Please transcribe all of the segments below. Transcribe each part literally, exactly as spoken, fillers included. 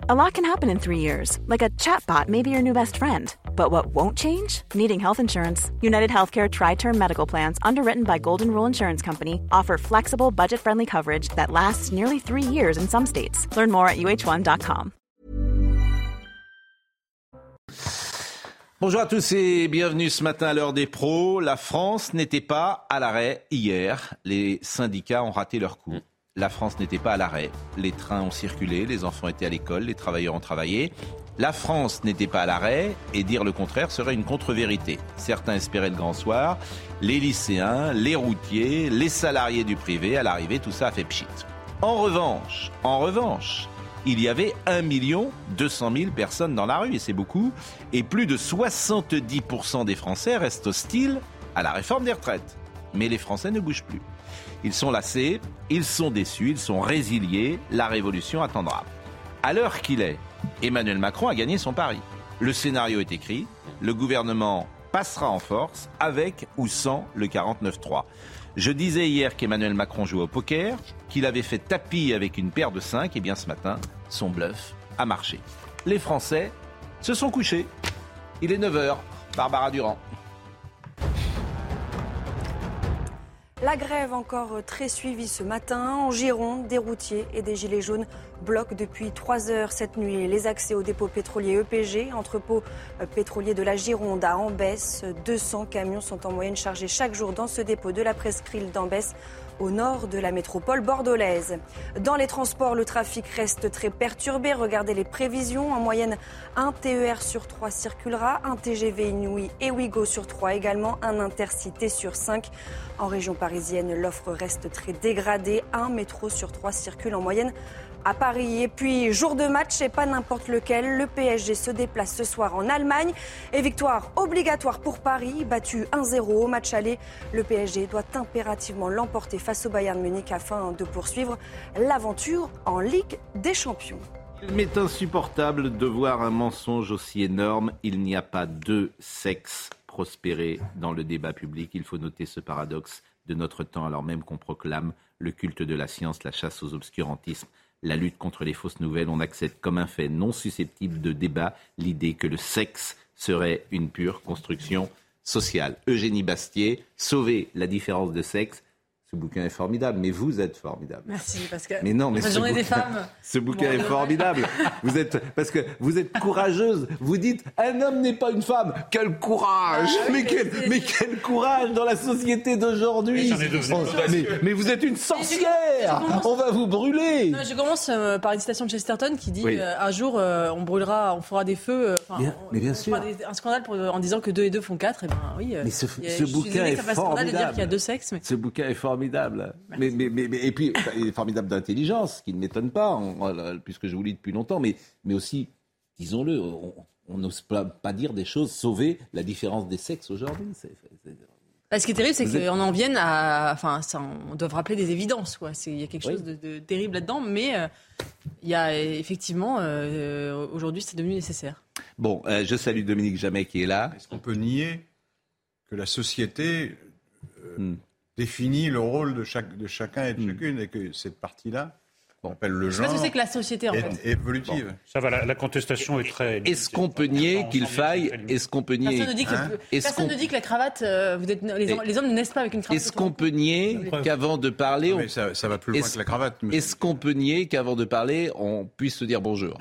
A lot can happen in three years, like a chatbot may be your new best friend. But what won't change? Needing health insurance. United Healthcare Tri-Term Medical Plans, underwritten by Golden Rule Insurance Company, offer flexible, budget-friendly coverage that lasts nearly three years in some states. Learn more at U H one dot com. Bonjour à tous et bienvenue ce matin à l'heure des pros. La France n'était pas à l'arrêt hier. Les syndicats ont raté leur coup. La France n'était pas à l'arrêt. Les trains ont circulé, les enfants étaient à l'école, les travailleurs ont travaillé. La France n'était pas à l'arrêt et dire le contraire serait une contre-vérité. Certains espéraient le grand soir. Les lycéens, les routiers, les salariés du privé, à l'arrivée, tout ça a fait pchit. En revanche, en revanche, il y avait un million deux cent mille personnes dans la rue, et c'est beaucoup. Et plus de soixante-dix pour cent des Français restent hostiles à la réforme des retraites. Mais les Français ne bougent plus. Ils sont lassés, ils sont déçus, ils sont résiliés. La révolution attendra. À l'heure qu'il est, Emmanuel Macron a gagné son pari. Le scénario est écrit. Le gouvernement passera en force avec ou sans le quarante-neuf trois. Je disais hier qu'Emmanuel Macron jouait au poker, qu'il avait fait tapis avec une paire de cinq. Et bien ce matin, son bluff a marché. Les Français se sont couchés. Il est neuf heures. Barbara Durand. La grève encore très suivie ce matin. En Gironde, des routiers et des gilets jaunes bloquent depuis trois heures cette nuit les accès au dépôt pétrolier E P G, entrepôt pétrolier de la Gironde à Ambès. deux cents camions sont en moyenne chargés chaque jour dans ce dépôt de la presqu'île d'Ambès, au nord de la métropole bordelaise. Dans les transports, le trafic reste très perturbé. Regardez les prévisions. En moyenne, un T E R sur trois circulera, un T G V Inouï et Ouigo sur trois également, un Intercité sur cinq. En région parisienne, l'offre reste très dégradée. Un métro sur trois circule en moyenne à Paris. Et puis, jour de match et pas n'importe lequel, le P S G se déplace ce soir en Allemagne. Et victoire obligatoire pour Paris, battu un zéro au match aller. Le P S G doit impérativement l'emporter face au Bayern Munich afin de poursuivre l'aventure en Ligue des Champions. Il m'est insupportable de voir un mensonge aussi énorme. Il n'y a pas deux sexes prospérer dans le débat public. Il faut noter ce paradoxe de notre temps, alors même qu'on proclame le culte de la science, la chasse aux obscurantismes, la lutte contre les fausses nouvelles. On accepte comme un fait non susceptible de débat l'idée que le sexe serait une pure construction sociale. Eugénie Bastier, Sauver la différence de sexe. Ce bouquin est formidable, mais vous êtes formidable. Merci, parce que mais non, mais la ce journée bouquin, des femmes. Ce bouquin bon, est formidable. Vous êtes, parce que vous êtes courageuse. Vous dites, un homme n'est pas une femme. Quel courage ah, Mais, oui, quel, mais, mais quel courage dans la société d'aujourd'hui. Mais, mais vous êtes une sorcière. Commence... On va vous brûler. Non, je commence euh, par une citation de Chesterton qui dit oui. euh, un jour euh, on brûlera, on fera des feux. Euh, bien, on, mais bien on sûr. Fera des, un scandale pour, en disant que deux et deux font quatre. Et ben oui. Euh, mais ce, y a, ce bouquin est formidable. De dire qu'il y a deux sexes. Mais... Ce bouquin est formidable. Mais, mais, mais, mais, et puis, il est formidable d'intelligence, ce qui ne m'étonne pas, on, puisque je vous lis depuis longtemps, mais, mais aussi, disons-le, on n'ose pas, pas dire des choses, sauver la différence des sexes aujourd'hui. C'est, c'est... Là, ce qui est terrible, c'est vous qu'on êtes... en vienne à... Enfin, ça, on doit rappeler des évidences, quoi. C'est, il y a quelque chose oui. de, de terrible là-dedans, mais euh, il y a effectivement, euh, aujourd'hui, c'est devenu nécessaire. Bon, euh, je salue Dominique Jamais qui est là. Est-ce qu'on peut nier que la société... Euh, hmm. définit le rôle de, chaque, de chacun et de mmh. chacune, et que cette partie-là, qu'on appelle le genre, que c'est que la société, en est, fait. est évolutive. Bon, ça va, la, la contestation est très... Est-ce qu'on peut nier qu'il faille... Est-ce qu'on peut nier... Personne ne dit que, hein personne ne dit que la cravate... Euh, vous êtes, les, hommes, les hommes ne naissent pas avec une cravate. Est-ce qu'on peut nier qu'avant de parler... On... Ça, ça va plus loin que la cravate. Mais... Est-ce qu'on peut nier qu'avant de parler, on puisse se dire bonjour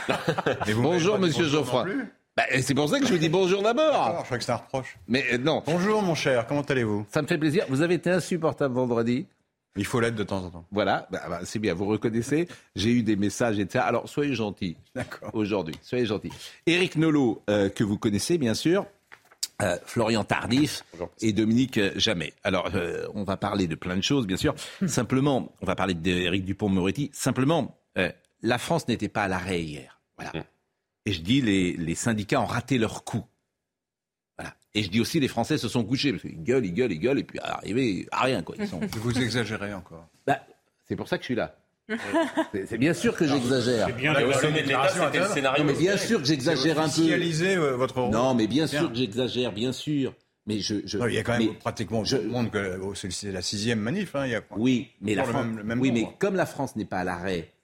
Bonjour, monsieur Geoffroy. Bah, c'est pour ça que je vous dis bonjour d'abord. D'accord, je crois que c'est un reproche. Mais euh, non. Bonjour mon cher, comment allez-vous ? Ça me fait plaisir. Vous avez été insupportable vendredi. Il faut l'être de temps en temps. Voilà, bah, bah, c'est bien, vous reconnaissez. J'ai eu des messages et cetera. Alors soyez gentils. D'accord. Aujourd'hui, soyez gentils. Éric Nolot, euh, que vous connaissez bien sûr. Euh, Florian Tardif bonjour. Et Dominique Jamais. Alors, euh, on va parler de plein de choses, bien sûr. Simplement, on va parler d'Éric Dupond-Moretti. Simplement, euh, la France n'était pas à l'arrêt hier. Voilà. Mmh. Et je dis, les, les syndicats ont raté leur coup. Voilà. Et je dis aussi, les Français se sont couchés. Parce qu'ils gueulent, ils gueulent, ils gueulent, et puis arrivé à rien, quoi. Ils sont... Vous exagérez encore. Bah, c'est pour ça que je suis là. c'est, c'est bien sûr que alors, j'exagère. C'est bien, au sommet de l'État, c'était le scénario. Non, mais bien sûr que j'exagère un peu. Votre rôle. Non, mais bien, bien sûr que j'exagère, bien sûr. Mais je, je, non, il y a quand même mais pratiquement tout le monde que c'est la sixième manif. Hein, il y a oui, mais, la France, le même, le même oui nombre. mais comme la France n'est pas à l'arrêt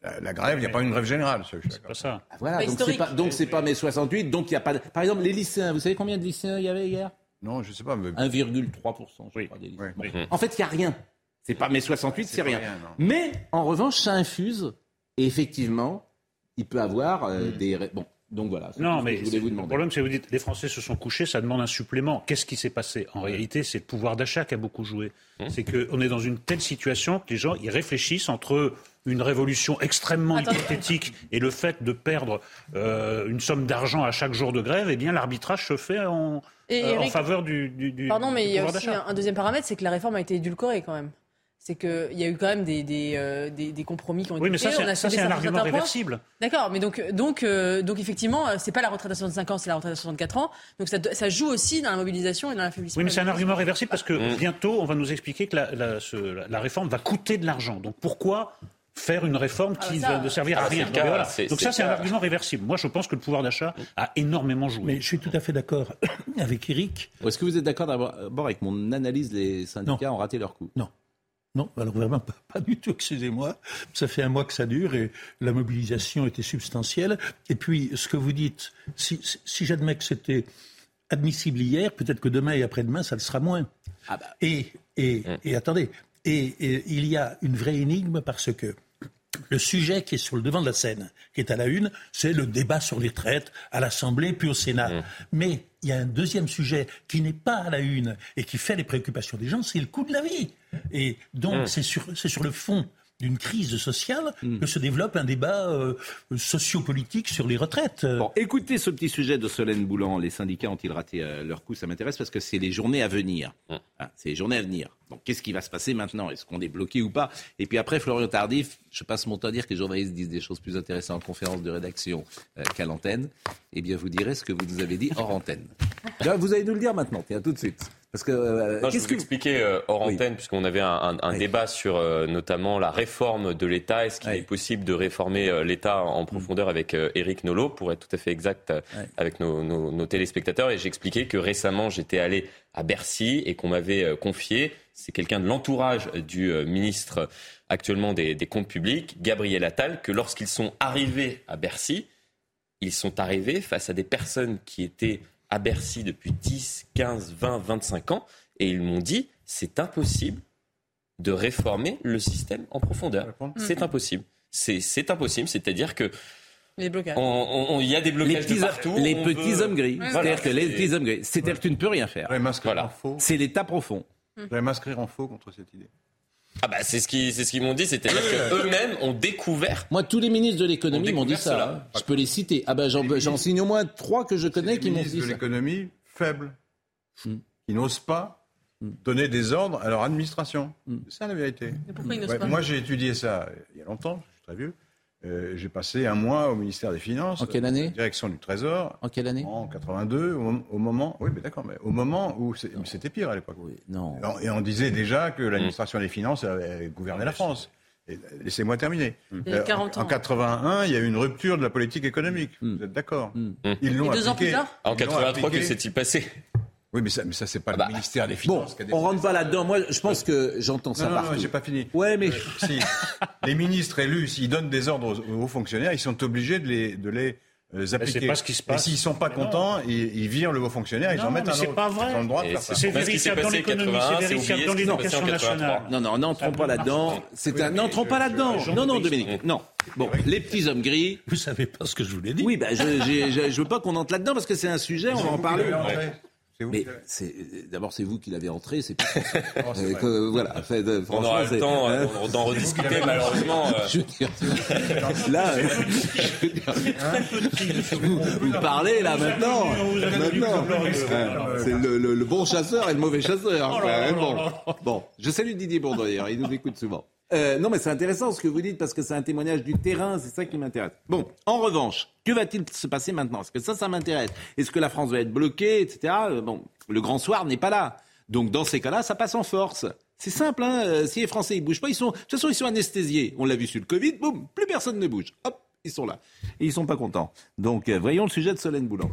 La, la grève, il n'y a pas une grève générale. Ça, c'est pas ça. Ah, voilà, Pas donc c'est pas, donc c'est pas mai soixante-huit, donc il y a pas. De... Par exemple, les lycéens, vous savez combien de lycéens il y avait hier ? Non, je ne sais pas. Mais... un virgule trois pour cent, je oui. crois, des oui. bon. oui. En fait, il n'y a rien. C'est pas mai soixante-huit, c'est, c'est rien. rien mais en revanche, ça infuse. Et effectivement, il peut avoir euh, mmh. des. Bon. Donc voilà. Non, mais je voulais vous demander. Le problème, c'est que vous dites les Français se sont couchés, ça demande un supplément. Qu'est-ce qui s'est passé ? En réalité, c'est le pouvoir d'achat qui a beaucoup joué. Mmh. C'est qu'on est dans une telle situation que les gens ils réfléchissent entre une révolution extrêmement Attends. hypothétique et le fait de perdre euh, une somme d'argent à chaque jour de grève. Eh bien, l'arbitrage se fait en, et euh, Eric, en faveur du, du, du Pardon, mais du il y a pouvoir aussi d'achat. un deuxième paramètre, c'est que la réforme a été édulcorée quand même. C'est qu'il y a eu quand même des, des, euh, des, des compromis qui ont été faits. Oui, mais ça, faits. c'est, a ça, c'est un argument réversible. D'accord, mais donc, donc, euh, donc effectivement, c'est pas la retraite à soixante-cinq ans, c'est la retraite à soixante-quatre ans. Donc ça, ça joue aussi dans la mobilisation et dans l'affaiblissement. Oui, mais c'est un argument réversible parce que mmh. bientôt, on va nous expliquer que la, la, ce, la, la réforme va coûter de l'argent. Donc pourquoi faire une réforme qui ah, ça, va ne servir à rien. Donc, cas, voilà. c'est, Donc c'est ça, c'est cas. un argument réversible. Moi, je pense que le pouvoir d'achat a énormément joué. Mais je suis tout à fait d'accord avec Eric. Est-ce que vous êtes d'accord d'abord avec mon analyse ? Les syndicats non. ont raté leur coup. Non. Non, alors vraiment pas, pas du tout, excusez-moi. Ça fait un mois que ça dure et la mobilisation était substantielle. Et puis, ce que vous dites, si, si j'admets que c'était admissible hier, peut-être que demain et après-demain, ça le sera moins. Ah bah. Et, et, mmh. et attendez, et, et il y a une vraie énigme parce que le sujet qui est sur le devant de la scène, qui est à la une, c'est le débat sur les retraites à l'Assemblée puis au Sénat. Mmh. Mais il y a un deuxième sujet qui n'est pas à la une et qui fait les préoccupations des gens, c'est le coût de la vie. Et donc mmh. c'est, sur, c'est sur le fond d'une crise sociale mmh. que se développe un débat euh, sociopolitique sur les retraites. Bon, écoutez ce petit sujet de Solène Boulan. Les syndicats ont-ils raté euh, leur coup ? Ça m'intéresse parce que c'est les journées à venir. Mmh. Ah, c'est les journées à venir. Donc qu'est-ce qui va se passer maintenant ? Est-ce qu'on est bloqué ou pas ? Et puis après, Florian Tardif, je passe mon temps à dire que les journalistes disent des choses plus intéressantes en conférence de rédaction euh, qu'à l'antenne. Eh bien, vous direz ce que vous nous avez dit hors antenne. Là, vous allez nous le dire maintenant, tiens, tout de suite. Parce que, euh, non, qu'est-ce je vous que... expliquais euh, hors oui. antenne, puisqu'on avait un, un, un oui. débat sur euh, notamment la réforme de l'État. Est-ce qu'il oui. est possible de réformer euh, l'État en profondeur avec euh, Éric Nolot, pour être tout à fait exact euh, oui. avec nos, nos, nos téléspectateurs. Et j'expliquais que récemment, j'étais allé à Bercy et qu'on m'avait euh, confié, c'est quelqu'un de l'entourage du euh, ministre actuellement des, des Comptes publics, Gabriel Attal, que lorsqu'ils sont arrivés à Bercy, ils sont arrivés face à des personnes qui étaient à Bercy depuis dix, quinze, vingt, vingt-cinq ans, et ils m'ont dit c'est impossible de réformer le système en profondeur. C'est impossible. C'est, c'est impossible, c'est-à-dire que il y a des blocages les petits, de partout. Les petits peut... hommes gris. Ouais, c'est-à-dire voilà. que les petits hommes gris. C'est-à-dire que tu ne peux rien faire. Voilà. C'est l'état profond. Je vais m'inscrire en faux contre cette idée. Ah bah c'est ce qu'ils c'est ce qu'ils m'ont dit, c'est-à-dire qu'eux-mêmes ont découvert. Moi, tous les ministres de l'économie m'ont dit ça. Hein. Je peux les citer. Ah bah j'en, j'en signe au moins trois que je connais qui m'ont dit ça. Les ministres de l'économie faibles, mm. qui n'osent pas mm. donner des ordres à leur administration. Mm. C'est ça la vérité. Mais pourquoi ils n'osent ouais, pas ? Moi, j'ai étudié ça il y a longtemps. Je suis très vieux. Euh, j'ai passé un mois au ministère des Finances. En quelle année ? Direction du Trésor. En quelle année ? En quatre-vingt-deux, au, au moment. Oui, mais d'accord, mais au moment où c'est, c'était pire à l'époque. Oui, non. Et on, et on disait déjà que l'administration des Finances avait gouverné la France. Et, laissez-moi terminer. Il y a quarante ans. En quatre-vingt-un, il y a eu une rupture de la politique économique. Mm. Vous êtes d'accord ? mm. Ils l'ont et deux appliqué. ans plus tard ? En quatre-vingt-trois, que s'est-il passé ? Oui, mais ça, mais ça c'est pas ah bah. le ministère des Finances. Bon, qui a on rentre pas là-dedans. Moi, je pense que j'entends ça non, non, partout. Non, j'ai pas fini. Ouais, mais euh, si les ministres élus, s'ils donnent des ordres aux, aux fonctionnaires, ils sont obligés de les, de les euh, appliquer. C'est pas ce qui se passe. Et s'ils sont pas mais contents, ils, ils virent le haut fonctionnaire, ils non, en mettent un autre. C'est pas vrai. Ils ont le droit de faire c'est, ça. c'est vérifiable dans l'économie, c'est vérifiable dans l'éducation nationale. Non, non, n'entrons pas là-dedans. C'est un, n'entrons pas là-dedans. Non, non, Dominique, non. Bon, les petits hommes gris. Vous savez pas ce que je voulais dire. Oui, ben, je, je, je, je veux pas qu'on entre là-dedans parce que c'est un sujet, on va en parler. C'est mais c'est, d'abord, c'est vous qui l'avez entré, c'est pas oh, c'est euh, que, voilà. Fait, euh, on aura le temps euh, d'en rediscuter, malheureusement. Euh... Je veux dire, là, euh, je veux dire, vous, vous parlez là maintenant. Maintenant, euh, c'est le, le, le bon chasseur et le mauvais chasseur. Oh là, bon, bon, je salue Didier Bourdon d'ailleurs, il nous écoute souvent. Euh, non, mais c'est intéressant ce que vous dites parce que c'est un témoignage du terrain, c'est ça qui m'intéresse. Bon, en revanche, que va-t-il se passer maintenant ? Parce que ça, ça m'intéresse. Est-ce que la France va être bloquée, et cetera. Euh, bon, le grand soir n'est pas là. Donc, dans ces cas-là, ça passe en force. C'est simple, hein. Euh, si les Français, ils bougent pas, ils sont, de toute façon, ils sont anesthésiés. On l'a vu sur le Covid, boum, plus personne ne bouge. Hop, ils sont là. Et ils sont pas contents. Donc, euh, voyons le sujet de Solène Boulan.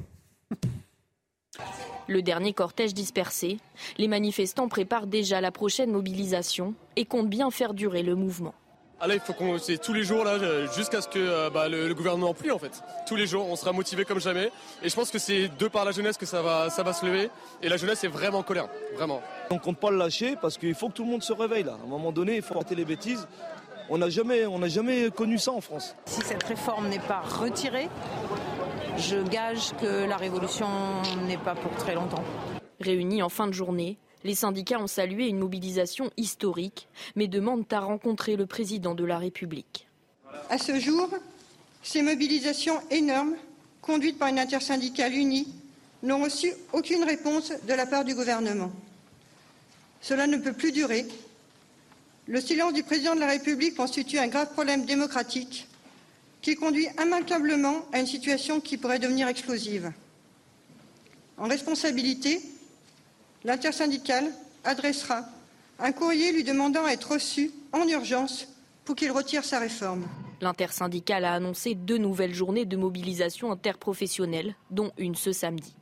Le dernier cortège dispersé, les manifestants préparent déjà la prochaine mobilisation et comptent bien faire durer le mouvement. Ah là, il faut qu'on, c'est tous les jours là, jusqu'à ce que euh, bah, le, le gouvernement plie en fait. Tous les jours, on sera motivé comme jamais. Et je pense que c'est de par la jeunesse que ça va, ça va se lever. Et la jeunesse est vraiment en colère, vraiment. On compte pas le lâcher parce qu'il faut que tout le monde se réveille là. À un moment donné, il faut arrêter les bêtises. On n'a jamais, on n'a jamais connu ça en France. Si cette réforme n'est pas retirée, je gage que la révolution n'est pas pour très longtemps. Réunis en fin de journée, les syndicats ont salué une mobilisation historique, mais demandent à rencontrer le président de la République. À ce jour, ces mobilisations énormes, conduites par une intersyndicale unie, n'ont reçu aucune réponse de la part du gouvernement. Cela ne peut plus durer. Le silence du président de la République constitue un grave problème démocratique qui conduit immanquablement à une situation qui pourrait devenir explosive. En responsabilité, l'intersyndicale adressera un courrier lui demandant à être reçu en urgence pour qu'il retire sa réforme. L'intersyndicale a annoncé deux nouvelles journées de mobilisation interprofessionnelle, dont une ce samedi.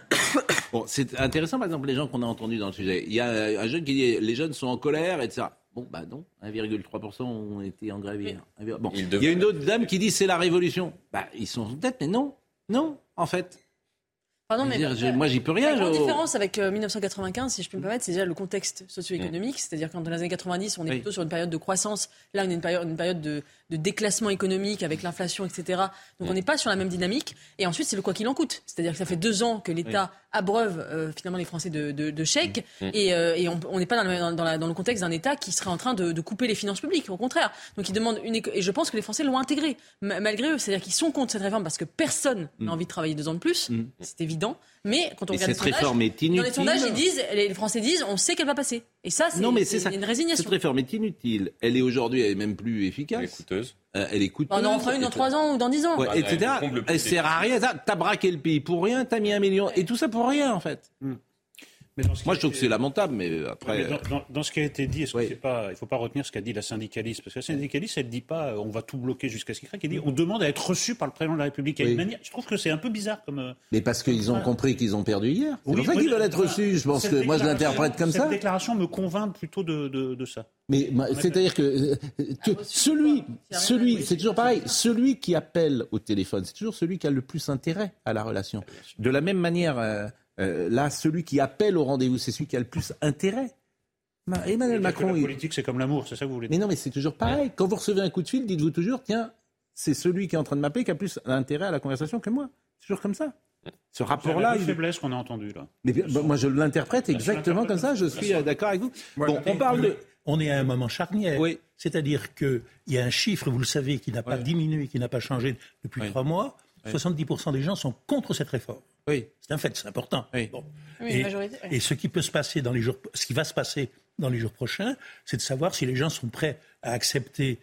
Bon, c'est intéressant, par exemple, les gens qu'on a entendus dans le sujet. Il y a un jeune qui dit les jeunes sont en colère, et cetera. Bon, bah non, un virgule trois pour cent ont été en grève hier. Bon. Il, il y a une autre dame qui dit c'est la révolution. Bah, ils sont en tête, mais non, non, en fait. Pardon, mais dire, je, moi, j'y peux rien. La grande je... différence avec euh, dix-neuf cent quatre-vingt-quinze, si je peux me permettre, c'est déjà le contexte socio-économique. Mmh. C'est-à-dire qu'en dans les années quatre-vingt-dix, on est oui. plutôt sur une période de croissance. Là, on est une période, une période de, de déclassement économique avec l'inflation, et cetera. Donc, mmh. on n'est pas sur la même dynamique. Et ensuite, c'est le quoi qu'il en coûte. C'est-à-dire que ça fait deux ans que l'État oui. abreuve euh, finalement les Français de, de, de chèques. Mmh. Et, euh, et on n'est pas dans le, dans, la, dans le contexte d'un État qui serait en train de, de couper les finances publiques. Au contraire. Donc, ils demandent une éco- et je pense que les Français l'ont intégré malgré eux. C'est-à-dire qu'ils sont contre cette réforme parce que personne mmh. n'a envie de travailler deux ans de plus. Mmh. C'est évident. Mais quand on et regarde cette les réforme sondages, est inutile. Dans les sondages, ils disent, les Français disent, on sait qu'elle va passer. Et ça, c'est, non, mais c'est, c'est c'est une résignation. Cette réforme est inutile. Elle est aujourd'hui, elle est même plus efficace. Elle est coûteuse. Euh, elle est coûteuse. On en fera une dans trois ans ou dans dix ans. Ouais, ah, et cetera. Elle, elle sert à rien. T'as braqué le pays pour rien, t'as mis un million. Et tout ça pour rien, en fait. Hmm. Mais dans ce Moi, je trouve été... que c'est lamentable, mais après... Mais dans, dans, dans ce qui a été dit, est-ce que c'est pas, il ne faut pas retenir ce qu'a dit la syndicaliste. Parce que la syndicaliste, elle ne dit pas on va tout bloquer jusqu'à ce qu'il craque. Elle dit on demande à être reçu par le président de la République. Oui. Une manière, je trouve que c'est un peu bizarre comme... Mais parce qu'ils ont voilà. compris qu'ils ont perdu hier. C'est oui, pour ça qu'ils veulent être reçus. Je pense que moi, je l'interprète comme cette ça. Cette déclaration me convainc plutôt de, de, de ça. Mais c'est-à-dire que, que celui, celui, c'est toujours pareil, celui qui appelle au téléphone, c'est toujours celui qui a le plus intérêt à la relation. De la même manière... Euh, Euh, là, celui qui appelle au rendez-vous, c'est celui qui a le plus intérêt. Emmanuel Macron. La politique, c'est comme l'amour, c'est ça que vous voulez dire? Mais non, mais c'est toujours pareil. Quand vous recevez un coup de fil, dites-vous toujours, tiens, c'est celui qui est en train de m'appeler qui a plus intérêt à la conversation que moi. C'est toujours comme ça. Ce rapport-là. C'est la faiblesse qu'on a entendue là. Mais bah, moi, je l'interprète exactement comme ça. Je suis euh, d'accord avec vous. Ouais, bon, on parle de. On est à un moment charnière. Oui. C'est-à-dire qu'il y a un chiffre, vous le savez, qui n'a pas oui. diminué, qui n'a pas changé depuis oui. trois mois. Oui. soixante-dix pour cent des gens sont contre cette réforme. Oui. C'est un fait, c'est important. Oui. Bon. Oui, et, majorité, oui. et ce qui peut se passer dans les jours, ce qui va se passer dans les jours prochains, c'est de savoir si les gens sont prêts à accepter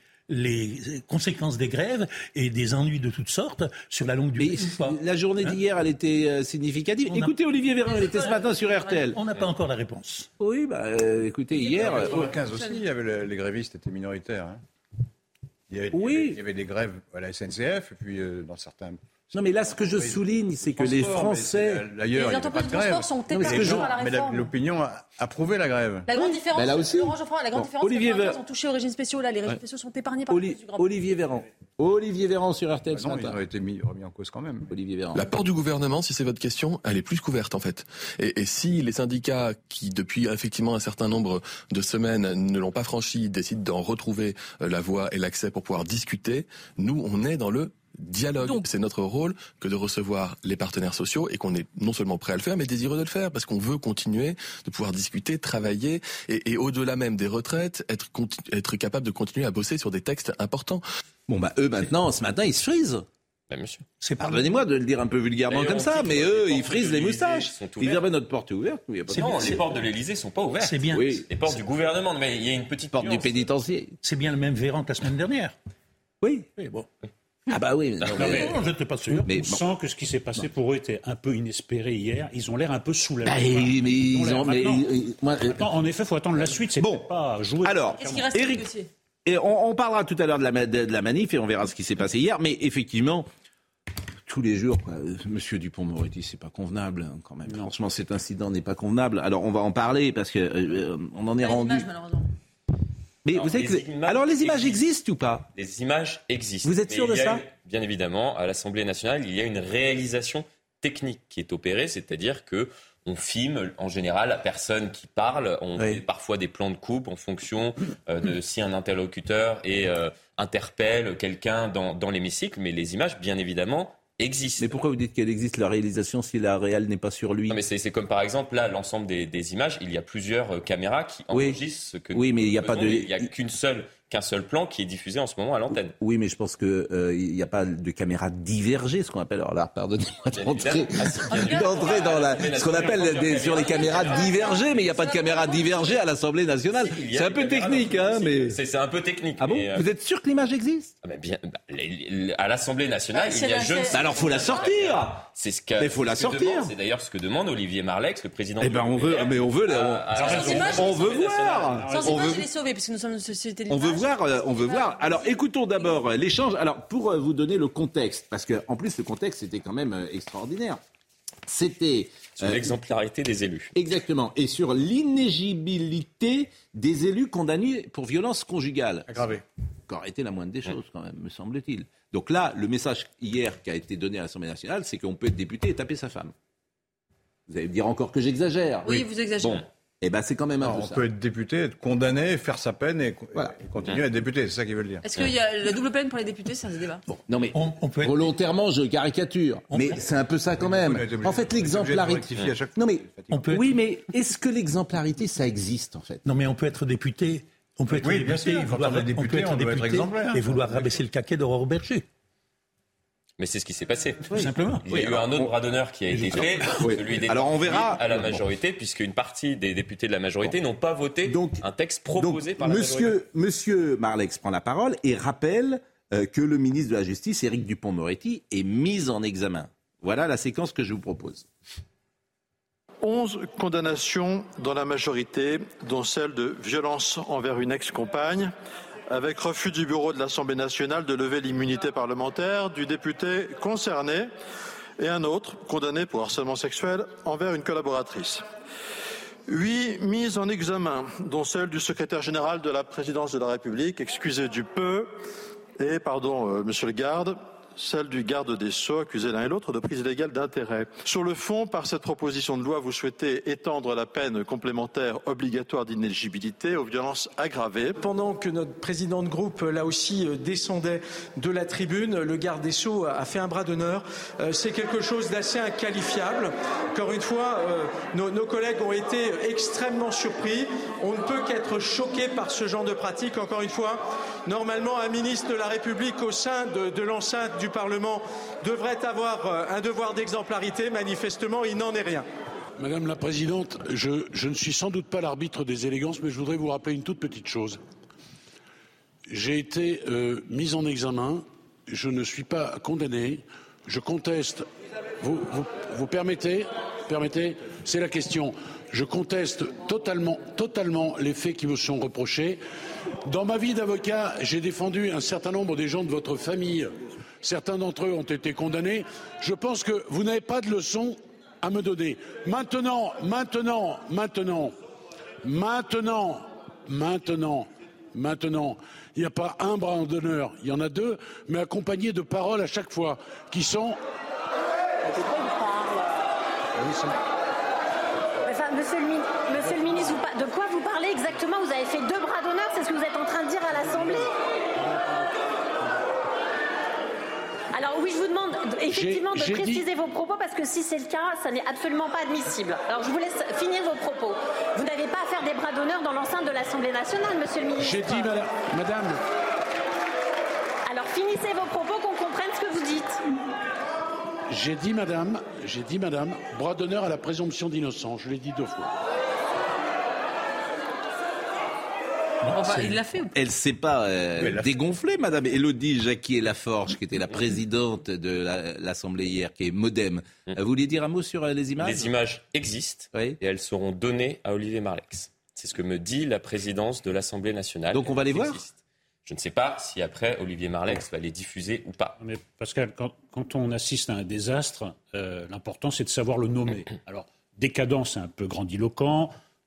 les conséquences des grèves et des ennuis de toutes sortes sur la longue durée. La journée hein d'hier, elle était euh, significative. On écoutez, a... Olivier Véran, il était ce matin sur R T L. On n'a pas encore la réponse. Oui, bah, euh, écoutez, hier... En quatre-vingt-quinze aussi, il y avait le, les grévistes étaient minoritaires. Hein. Il, y avait, oui. il, y avait, il y avait des grèves à la S N C F et puis euh, dans certains... Non, mais là, ce que je souligne, c'est que les Français... Les entreprises de transport sont épargnées par la réforme. Mais l'opinion a approuvé la grève. La grande différence, ben là aussi. Laurent Geoffroy, la grande bon, différence, Olivier c'est qu'ils ont touché aux régimes spéciaux. Là, les régimes ouais. spéciaux sont épargnés par Oli- la Olivier Véran. Olivier Véran sur R T L bah ce non, matin. Ils ont été mis, remis en cause quand même. Olivier Véran. La porte du gouvernement, si c'est votre question, elle est plus couverte en fait. Et, et si les syndicats qui, depuis effectivement un certain nombre de semaines, ne l'ont pas franchi, décident d'en retrouver la voie et l'accès pour pouvoir discuter, nous, on est dans le dialogue. Donc, c'est notre rôle que de recevoir les partenaires sociaux et qu'on est non seulement prêt à le faire, mais désireux de le faire parce qu'on veut continuer de pouvoir discuter, travailler et, et au-delà même des retraites, être, être capable de continuer à bosser sur des textes importants. Bon bah eux maintenant, ce matin, ils se frisent. Bah, monsieur. C'est pardonnez-moi de le dire un peu vulgairement comme ça, mais eux, ils frisent les moustaches. Ils disent ben, notre porte est ouverte. Il y a pas non, de... les portes de l'Élysée sont pas ouvertes. C'est bien. Oui. Les portes du gouvernement, mais il y a une petite porte du pénitencier. C'est bien le même Véran que la semaine dernière. Oui. Oui, bon. Ah bah oui, mais non, non, mais, non, j'étais pas sûr. Mais on bon. sent que ce qui s'est passé non. pour eux était un peu inespéré hier. Ils ont l'air un peu soulagés. Bah, mais ils, ils ont. Mais, moi, Attends, en effet, il faut attendre la suite. C'est bon. Pas jouer. Alors, Éric, et on, on parlera tout à l'heure de la, de, de la manif et on verra ce qui s'est passé hier. Mais effectivement, tous les jours, quoi, Monsieur Dupond-Moretti, c'est pas convenable hein, quand même. Non. Franchement, cet incident n'est pas convenable. Alors, on va en parler parce que euh, on en est pas rendu. Image, malheureusement. Mais alors, vous savez les que... images Alors les images existent. existent ou pas? Les images existent. Vous êtes sûr de ça? une, Bien évidemment, à l'Assemblée nationale, il y a une réalisation technique qui est opérée, c'est-à-dire que on filme en général la personne qui parle, on oui. fait parfois des plans de coupe en fonction euh, de si un interlocuteur est, euh, interpelle quelqu'un dans, dans l'hémicycle, mais les images, bien évidemment, existent. Mais pourquoi vous dites qu'elle existe, la réalisation, si la réelle n'est pas sur lui? Non, mais c'est, c'est comme par exemple, là, l'ensemble des, des images, il y a plusieurs euh, caméras qui enregistrent oui. ce que oui, mais il n'y a pas de... Il n'y a qu'une seule... qu'un seul plan qui est diffusé en ce moment à l'antenne. Oui, mais je pense qu'il n'y euh, a pas de caméra divergée, ce qu'on appelle, alors là, pardonnez-moi d'entrer, d'entrer dans la, ce qu'on appelle des, sur les caméras divergées, mais il n'y a pas de caméra divergée à l'Assemblée nationale. C'est un peu technique, hein, mais... C'est, c'est un peu technique. Ah bon mais, euh... Vous êtes sûr que l'image existe? ah ben bien, bah, les, les, à l'Assemblée nationale, ah, il y a je ne sais... Alors, faut la sortir. C'est ce que... Mais faut la sortir. Demande, c'est d'ailleurs ce que demande Olivier Marleix, le président... Eh ben, on veut, mais on veut, on, on, on veut voir. Sans image, je l'ai sauvé, parce que nous sommes une société On veut voir, on veut voir. Alors, écoutons d'abord l'échange. Alors, pour vous donner le contexte, parce que en plus le contexte était quand même extraordinaire. C'était sur euh, l'exemplarité des élus. Exactement, et sur l'inéligibilité des élus condamnés pour violence conjugale. Aggravé. Ça aurait été la moindre des choses, quand même, me semble-t-il. Donc là, le message hier qui a été donné à l'Assemblée nationale, c'est qu'on peut être député et taper sa femme. Vous allez me dire encore que j'exagère. Oui, oui. Vous exagérez. Bon. Eh ben, c'est quand même un non, peu on ça. On peut être député, être condamné, faire sa peine et, voilà. et continuer à être député, c'est ça qu'ils veulent dire. Est-ce qu'il y a la double peine pour les députés? C'est un débat. Bon, non mais on, on peut être... volontairement, je caricature, on mais peut... c'est un peu ça quand même. En fait, l'exemplarité... Non mais, on peut oui, être... mais est-ce que l'exemplarité, ça existe en fait? Non mais on peut être député, on peut être oui, député, sûr, vouloir, on, député, on peut être on député être exemplaire, et vouloir rabaisser le caquet d'Aurore Berger. Mais c'est ce qui s'est passé. Tout oui. simplement. Il y a oui, eu un autre on... bras d'honneur qui a été fait, oui. celui des alors on verra à la majorité, puisqu'une partie des députés de la majorité bon. n'ont pas voté donc, un texte proposé donc, par la monsieur, majorité. Monsieur Marleix prend la parole et rappelle euh, que le ministre de la Justice, Éric Dupond-Moretti, est mis en examen. Voilà la séquence que je vous propose. onze condamnations dans la majorité, dont celle de violence envers une ex-compagne, avec refus du bureau de l'Assemblée nationale de lever l'immunité parlementaire du député concerné et un autre condamné pour harcèlement sexuel envers une collaboratrice. Huit mises en examen, dont celle du secrétaire général de la présidence de la République, excusé du peu, et, pardon, euh, monsieur le garde, celle du garde des Sceaux, accusés l'un et l'autre de prise illégale d'intérêt. Sur le fond, par cette proposition de loi, vous souhaitez étendre la peine complémentaire obligatoire d'inéligibilité aux violences aggravées. Pendant que notre président de groupe, là aussi, descendait de la tribune, le garde des Sceaux a fait un bras d'honneur. C'est quelque chose d'assez inqualifiable. Encore une fois, nos, nos collègues ont été extrêmement surpris. On ne peut qu'être choqué par ce genre de pratique. Encore une fois, normalement, un ministre de la République au sein de, de l'enceinte du Parlement devrait avoir un devoir d'exemplarité. Manifestement, il n'en est rien. Madame la Présidente, je, je ne suis sans doute pas l'arbitre des élégances, mais je voudrais vous rappeler une toute petite chose. J'ai été euh, mis en examen, je ne suis pas condamné, je conteste. Vous, vous, vous permettez, permettez, c'est la question. Je conteste totalement, totalement les faits qui me sont reprochés. Dans ma vie d'avocat, j'ai défendu un certain nombre des gens de votre famille. Certains d'entre eux ont été condamnés. Je pense que vous n'avez pas de leçon à me donner. Maintenant, maintenant, maintenant, maintenant, maintenant, maintenant, il n'y a pas un bras d'honneur, il y en a deux, mais accompagnés de paroles à chaque fois, qui sont... Enfin, monsieur, le, monsieur le ministre, vous, de quoi vous parlez exactement? Vous avez fait deux bras d'honneur, c'est ce que vous êtes en train de dire à l'Assemblée? Alors oui, je vous demande effectivement j'ai, j'ai de préciser dit... vos propos, parce que si c'est le cas, ça n'est absolument pas admissible. Alors je vous laisse finir vos propos. Vous n'avez pas à faire des bras d'honneur dans l'enceinte de l'Assemblée nationale, monsieur le ministre. J'ai dit, madame... madame... Alors finissez vos propos, qu'on comprenne ce que vous dites. J'ai dit, madame, j'ai dit, madame, bras d'honneur à la présomption d'innocence. Je l'ai dit deux fois. Enfin, il l'a fait ou pas? Elle ne s'est pas euh, dégonflée, Madame Élodie Jacquier-Laforge, qui était la présidente de la, l'Assemblée hier, qui est Modem. Mmh. Vous vouliez dire un mot sur euh, les images? Les images existent, oui, et elles seront données à Olivier Marleix. C'est ce que me dit la présidence de l'Assemblée nationale. Donc on va les voir? Je ne sais pas si après Olivier Marleix va les diffuser ou pas. Mais Pascal, quand, quand on assiste à un désastre, euh, l'important c'est de savoir le nommer. Alors, décadent, c'est un peu grandiloquent.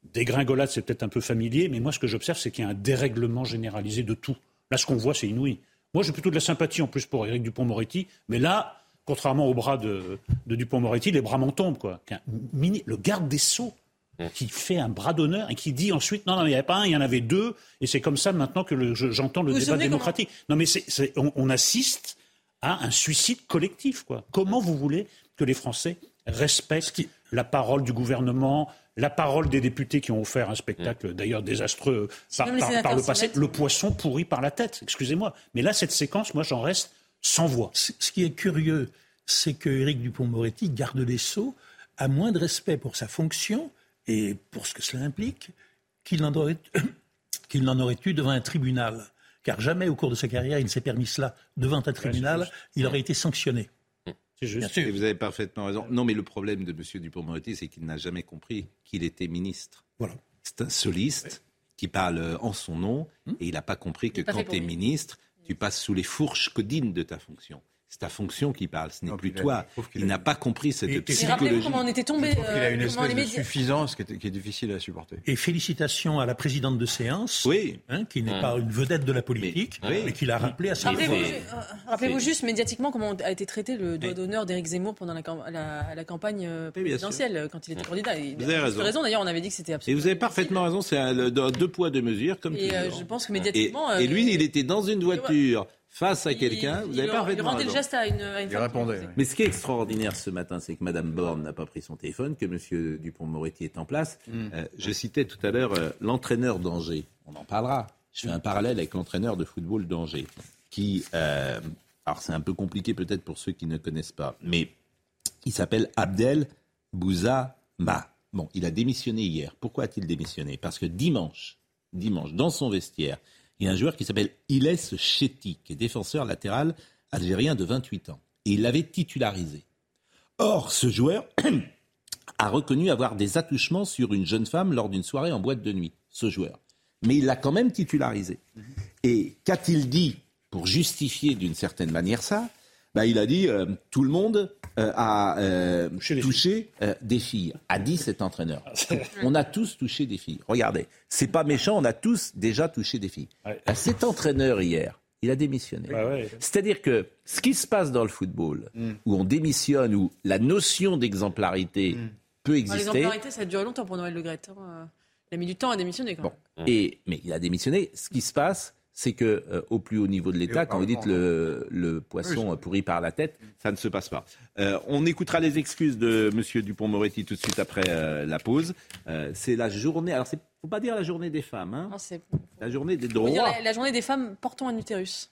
dégringolade, c'est peut-être un peu familier, mais moi, ce que j'observe, c'est qu'il y a un dérèglement généralisé de tout. Là, ce qu'on voit, c'est inouï. Moi, j'ai plutôt de la sympathie, en plus, pour Éric Dupond-Moretti, mais là, contrairement au bras de, de Dupond-Moretti, les bras m'en tombent, quoi. Mini, le garde des Sceaux, qui fait un bras d'honneur et qui dit ensuite non, non, il n'y avait pas un, il y en avait deux, et c'est comme ça maintenant que le, je, j'entends le vous débat vous démocratique. Comment... Non, mais c'est, c'est, on, on assiste à un suicide collectif, quoi. Comment vous voulez que les Français respectent qui... la parole du gouvernement, la parole des députés qui ont offert un spectacle mmh. d'ailleurs désastreux par, par, par le passé, le poisson pourri par la tête, excusez-moi. Mais là, cette séquence, moi, j'en reste sans voix. Ce qui est curieux, c'est que Éric Dupond-Moretti, garde des Sceaux, a moins de respect pour sa fonction et pour ce que cela implique, qu'il n'en aurait, qu'il n'en aurait eu devant un tribunal. Car jamais au cours de sa carrière, il ne s'est permis cela devant un tribunal, ouais, il aurait été sanctionné. C'est juste. Et vous avez parfaitement raison. Non, mais le problème de M. Dupond-Moretti, c'est qu'il n'a jamais compris qu'il était ministre. Voilà. C'est un soliste qui parle en son nom, hum. et il n'a pas compris que quand tu es ministre, tu passes sous les fourches codines de ta fonction. C'est ta fonction qui parle, ce n'est non, plus toi. Il, il n'a pas compris cette et, psychologie. Et rappelez-vous comment on était tombé. Il a une euh, espèce de suffisance qui est, qui est difficile à supporter. Et félicitations à la présidente de séance, oui. hein, qui n'est mmh. pas une vedette de la politique, mais, oui. mais qui l'a rappelé à sa Rappelez-vous, euh, rappelez-vous juste médiatiquement comment a été traité le doigt d'honneur d'Éric Zemmour pendant la, la, la campagne présidentielle, quand il était candidat. Il vous avez raison. raison. D'ailleurs, on avait dit que c'était absolument. Et vous avez parfaitement raison, c'est un, deux poids, deux mesures, comme et euh, je pense que médiatiquement. Et, et lui, il était dans une voiture. Face à quelqu'un, vous avez pas Il rendait le geste à une, à une il répondait. Oui. Mais ce qui est extraordinaire ce matin, c'est que Mme Borne n'a pas pris son téléphone, que M. Dupond-Moretti est en place. Mm. Euh, je citais tout à l'heure euh, l'entraîneur d'Angers. On en parlera. Je fais un parallèle avec l'entraîneur de football d'Angers, qui, euh, alors c'est un peu compliqué peut-être pour ceux qui ne connaissent pas, mais il s'appelle Abdel Bouzama. Bon, il a démissionné hier. Pourquoi a-t-il démissionné ? Parce que dimanche, dimanche, dans son vestiaire, il y a un joueur qui s'appelle Iles Chetty, qui est défenseur latéral algérien de vingt-huit ans. Et il l'avait titularisé. Or, ce joueur a reconnu avoir des attouchements sur une jeune femme lors d'une soirée en boîte de nuit. Ce joueur. Mais il l'a quand même titularisé. Et qu'a-t-il dit pour justifier d'une certaine manière ça ? Bah, il a dit euh, tout le monde euh, a euh, touché euh, des filles, a dit cet entraîneur. On a tous touché des filles. Regardez, c'est pas méchant, on a tous déjà touché des filles. Ouais. Cet entraîneur hier, il a démissionné. Ouais, ouais. C'est-à-dire que ce qui se passe dans le football, mm. où on démissionne, où la notion d'exemplarité mm. peut exister. Bon, l'exemplarité, ça a duré longtemps pour Noël Le Graët. Hein. Il a mis du temps à démissionner quand même. Bon. Et, mais il a démissionné. Ce qui se passe, c'est que euh, au plus haut niveau de l'État, quand vous dites le, le poisson oui, pourri par la tête, ça ne se passe pas. Euh, on écoutera les excuses de M. Dupond-Moretti tout de suite après euh, la pause. Euh, c'est la journée. Alors, il ne faut pas dire la journée des femmes. Hein. Non, c'est... La journée des droits. Faut dire la, la journée des femmes portant un utérus.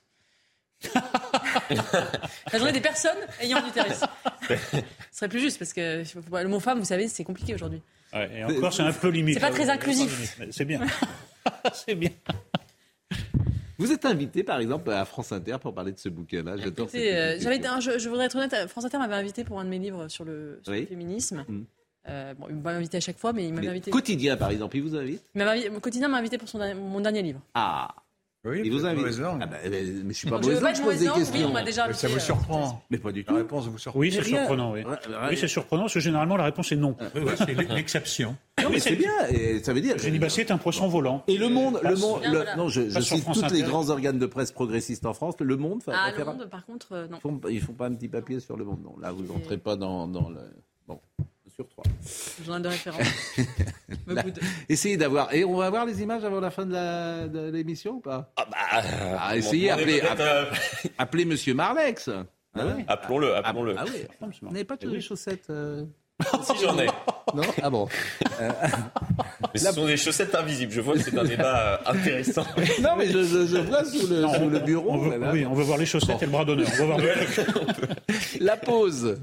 La journée des personnes ayant un utérus. Ce serait plus juste parce que le mot femme, vous savez, c'est compliqué aujourd'hui. Ouais, et encore, c'est un peu limite. C'est pas très inclusif. C'est bien. C'est bien. Vous êtes invité, par exemple, à France Inter pour parler de ce bouquin-là. J'adore Écoutez, euh, j'avais, un, je, je voudrais être honnête, France Inter m'avait invité pour un de mes livres sur le, sur oui. le féminisme. Mmh. Euh, bon, il m'a invité à chaque fois, mais il m'avait mais invité... Quotidien, par exemple, il vous invite il m'avait, Mon Quotidien m'a invité pour son, mon dernier livre. Ah. Oui, il vous invite. Ah bah, mais je suis pas mauvaise langue, je pose des questions. Oui, on m'a déjà invité, ça vous surprend. Mais pas du tout. La réponse vous surprend. Oui, c'est surprenant. Oui, oui c'est surprenant parce que généralement la réponse est non. Oui, ouais, c'est l'exception. Non, mais c'est bien. Et ça veut dire. Génie Bassier est un poisson volant. Et Le Monde, le Monde, le, non, je, je cite tous les grands organes de presse progressistes en France. Le Monde. Ah, Le Monde, par contre, euh, non. Ils font, ils font pas un petit papier sur Le Monde. Non, là, vous n'entrez pas dans, dans le. Bon. Sur trois. Journal de référence. Là, essayez d'avoir. Et on va avoir les images avant la fin de, la, de l'émission ou pas ? Ah bah. Euh, ah, essayez, appelez, appelez, euh... appelez Monsieur Marlex. Ah ouais. Appelons-le, appelons-le. Ah, ah oui. Vous n'avez pas toujours les chaussettes euh... Si j'en ai. Non ? Ah bon. Euh... Mais ce sont des chaussettes invisibles. Je vois que c'est un débat intéressant. Non, mais je, je, je vois sous le, non, sous le bureau. On veut, là, oui, on veut voir les chaussettes bon. Et le bras d'honneur. On va voir la pause.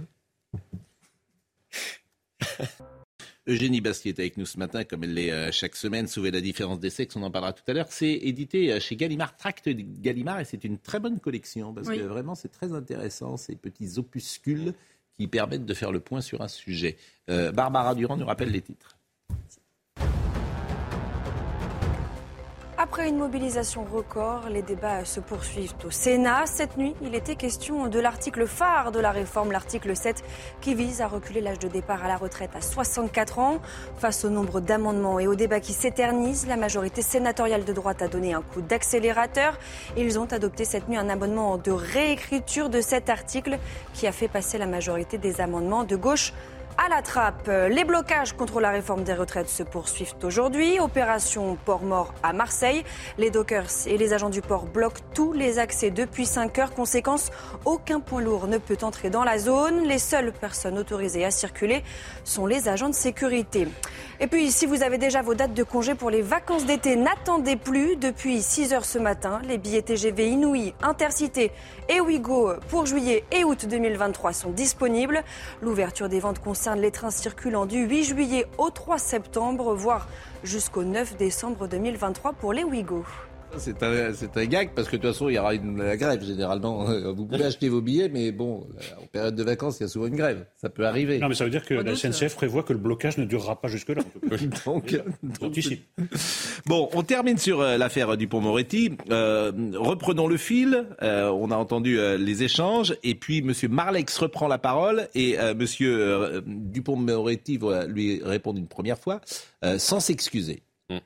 Eugénie Bastier est avec nous ce matin, comme elle l'est euh, chaque semaine. Sauver la différence des sexes, on en parlera tout à l'heure. C'est édité euh, chez Gallimard, Tracte Gallimard, et c'est une très bonne collection parce oui. que vraiment c'est très intéressant, ces petits opuscules qui permettent de faire le point sur un sujet. Euh, Barbara Durand nous rappelle les titres. Après Après une mobilisation record, les débats se poursuivent au Sénat. Cette nuit, il était question de l'article phare de la réforme, l'article sept, qui vise à reculer l'âge de départ à la retraite à soixante-quatre ans. Face au nombre d'amendements et au débat qui s'éternise, la majorité sénatoriale de droite a donné un coup d'accélérateur. Ils ont adopté cette nuit un amendement de réécriture de cet article qui a fait passer la majorité des amendements de gauche à la trappe. Les blocages contre la réforme des retraites se poursuivent aujourd'hui. Opération Port Mort à Marseille. Les dockers et les agents du port bloquent tous les accès depuis cinq heures. Conséquence, aucun poids lourd ne peut entrer dans la zone. Les seules personnes autorisées à circuler sont les agents de sécurité. Et puis, si vous avez déjà vos dates de congé pour les vacances d'été, n'attendez plus. Depuis six heures ce matin, les billets T G V Inouï, Intercité et Ouigo pour juillet et août deux mille vingt-trois sont disponibles. L'ouverture des ventes concerne les trains circulant du huit juillet au trois septembre, voire jusqu'au neuf décembre deux mille vingt-trois pour les Ouigo. C'est un, c'est un gag parce que de toute façon il y aura une la grève généralement. Vous pouvez acheter vos billets, mais bon, en période de vacances il y a souvent une grève. Ça peut arriver. Non, mais ça veut dire que la S N C F prévoit que le blocage ne durera pas jusque-là. donc, donc bon, on termine sur euh, l'affaire Dupond-Moretti. Euh, reprenons le fil. Euh, on a entendu euh, les échanges et puis Monsieur Marlex reprend la parole et euh, Monsieur euh, Dupond-Moretti va lui répondre une première fois euh, sans s'excuser.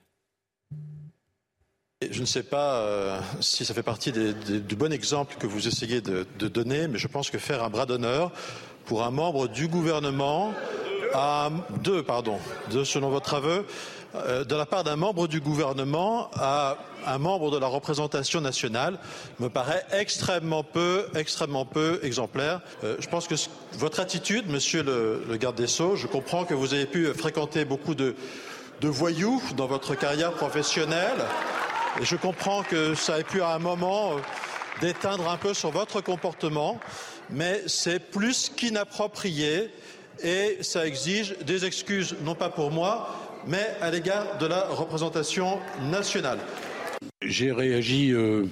Je ne sais pas euh, si ça fait partie des, des, du bon exemple que vous essayez de, de donner, mais je pense que faire un bras d'honneur pour un membre du gouvernement, à deux, pardon, deux selon votre aveu, euh, de la part d'un membre du gouvernement à un membre de la représentation nationale me paraît extrêmement peu, extrêmement peu exemplaire. Euh, je pense que c- votre attitude, monsieur le, le garde des Sceaux, je comprends que vous avez pu fréquenter beaucoup de, de voyous dans votre carrière professionnelle. Et je comprends que ça ait pu à un moment déteindre un peu sur votre comportement, mais c'est plus qu'inapproprié et ça exige des excuses, non pas pour moi, mais à l'égard de la représentation nationale. J'ai réagi euh,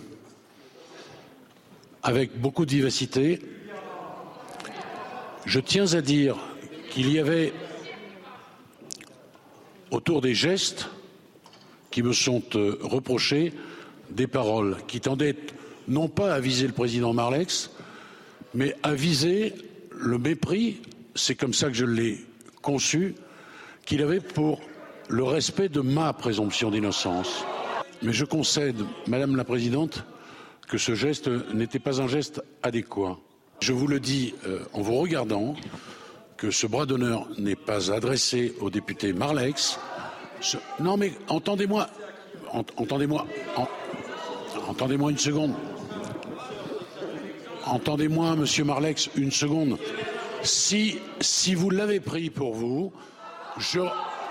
avec beaucoup de vivacité. Je tiens à dire qu'il y avait autour des gestes qui me sont euh, reprochés des paroles qui tendaient non pas à viser le président Marlex, mais à viser le mépris, c'est comme ça que je l'ai conçu, qu'il avait pour le respect de ma présomption d'innocence. Mais je concède, Madame la Présidente, que ce geste n'était pas un geste adéquat. Je vous le dis euh, en vous regardant, que ce bras d'honneur n'est pas adressé au député Marlex. Ce... Non mais entendez-moi, Ent- entendez-moi, en... entendez-moi une seconde. Entendez-moi, Monsieur Marlex, une seconde. Si, si vous l'avez pris pour vous, je,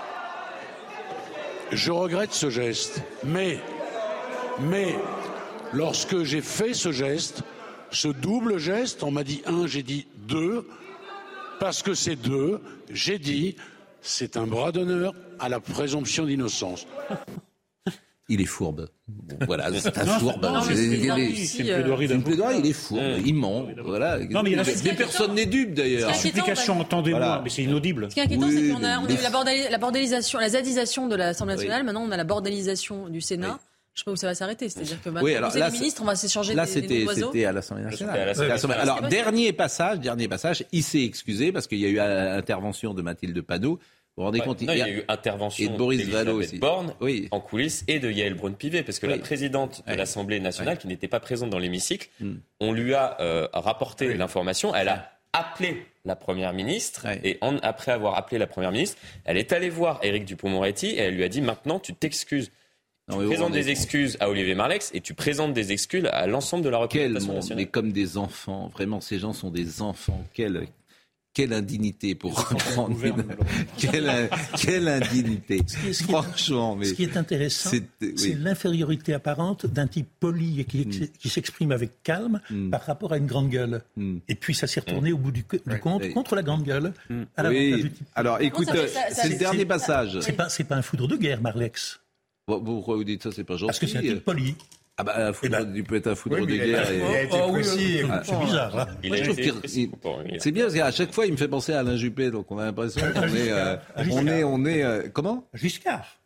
je regrette ce geste. Mais, mais, lorsque j'ai fait ce geste, ce double geste, on m'a dit un, j'ai dit deux, parce que c'est deux, j'ai dit, c'est un bras d'honneur à la présomption d'innocence. Il est fourbe. Bon, voilà, c'est un non, fourbe. Non, c'est, c'est, il, c'est, est, c'est une plaidoirie c'est une plaidoirie, il est fourbe, mmh. il ment. Voilà. Non, mais il y a la des personnes n'est dupe d'ailleurs. La supplication, entendez-moi, voilà. Mais c'est inaudible. Ce qui est inquiétant, oui, c'est qu'on a, on a eu la, bordéli- la bordélisation, la zadisation de l'Assemblée nationale. Oui. Maintenant, on a la bordélisation du Sénat. Oui. Je sais pas où ça va s'arrêter. C'est-à-dire que maintenant, oui, alors, là, les ministres, on va s'échanger là, des, c'était, des oiseaux. C'était à l'Assemblée nationale. À l'Assemblée nationale. Oui, alors, dernier passage, dernier passage, il s'est excusé parce qu'il y a eu l'intervention de Mathilde Panot. Vous vous rendez ouais, compte, non, il y a, a eu intervention et de Boris Vallaud aussi. Borne oui. en coulisses et de Yael Braun-Pivet, parce que oui. la présidente de oui. l'Assemblée nationale, oui. qui n'était pas présente dans l'hémicycle, mm. on lui a euh, rapporté oui. l'information. Elle a appelé la Première ministre oui. et en, après avoir appelé la Première ministre, elle est allée voir Éric Dupond-Moretti et elle lui a dit maintenant tu t'excuses. Tu non, présentes des excuses à Olivier Marlex et tu présentes des excuses à l'ensemble de la représentation nationale. Mais comme des enfants, vraiment, ces gens sont des enfants. Quelle, quelle indignité pour reprendre une... quelle, quelle indignité. Ce qui est, ce qui Franchement, est, mais... Ce qui est intéressant, c'est, oui. c'est l'infériorité apparente d'un type poli et qui, mm. qui s'exprime avec calme mm. par rapport à une grande gueule. Mm. Et puis ça s'est retourné mm. au bout du, du compte oui. contre la grande gueule. Mm. À oui. du type. Alors écoute, bon, ça, ça, c'est, c'est le dernier c'est, passage. C'est pas, c'est pas un foudre de guerre, Marlex. Pourquoi vous dites ça, c'est pas gentil? Parce que c'est un type poli. Ah bah, un foudre, eh ben, il peut être un foudre oui, de guerre. Il a été oh, précis. Ah, c'est bizarre. Hein. Il Moi, je trouve qu'il, il, c'est bien parce qu'à chaque fois, il me fait penser à Alain Juppé, donc on a l'impression qu'on est, euh, on est, on est, euh, comment? Giscard.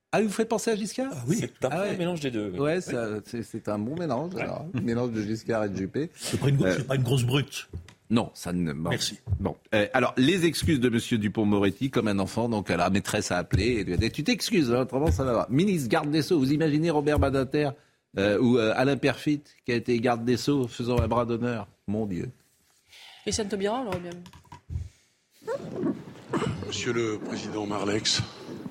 Ah, vous faites penser à Giscard? ah, Oui, c'est un ah, ouais. mélange des deux. Oui. Ouais, ça, c'est, c'est un bon mélange, ouais. alors, un mélange de Giscard et de Juppé. C'est pas une, euh, c'est pas une grosse brute. Non, ça ne... Bon. Merci. Bon, euh, alors, les excuses de M. Dupond-Moretti, comme un enfant, donc la maîtresse a appelé et lui a dit « Tu t'excuses, hein, autrement ça va. » Ministre garde des Sceaux, vous imaginez Robert Badinter euh, ou euh, Alain Perfit, qui a été garde des Sceaux, faisant un bras d'honneur. Mon Dieu. Christiane Taubira, on l'aurait bien vu. Monsieur le Président Marlex,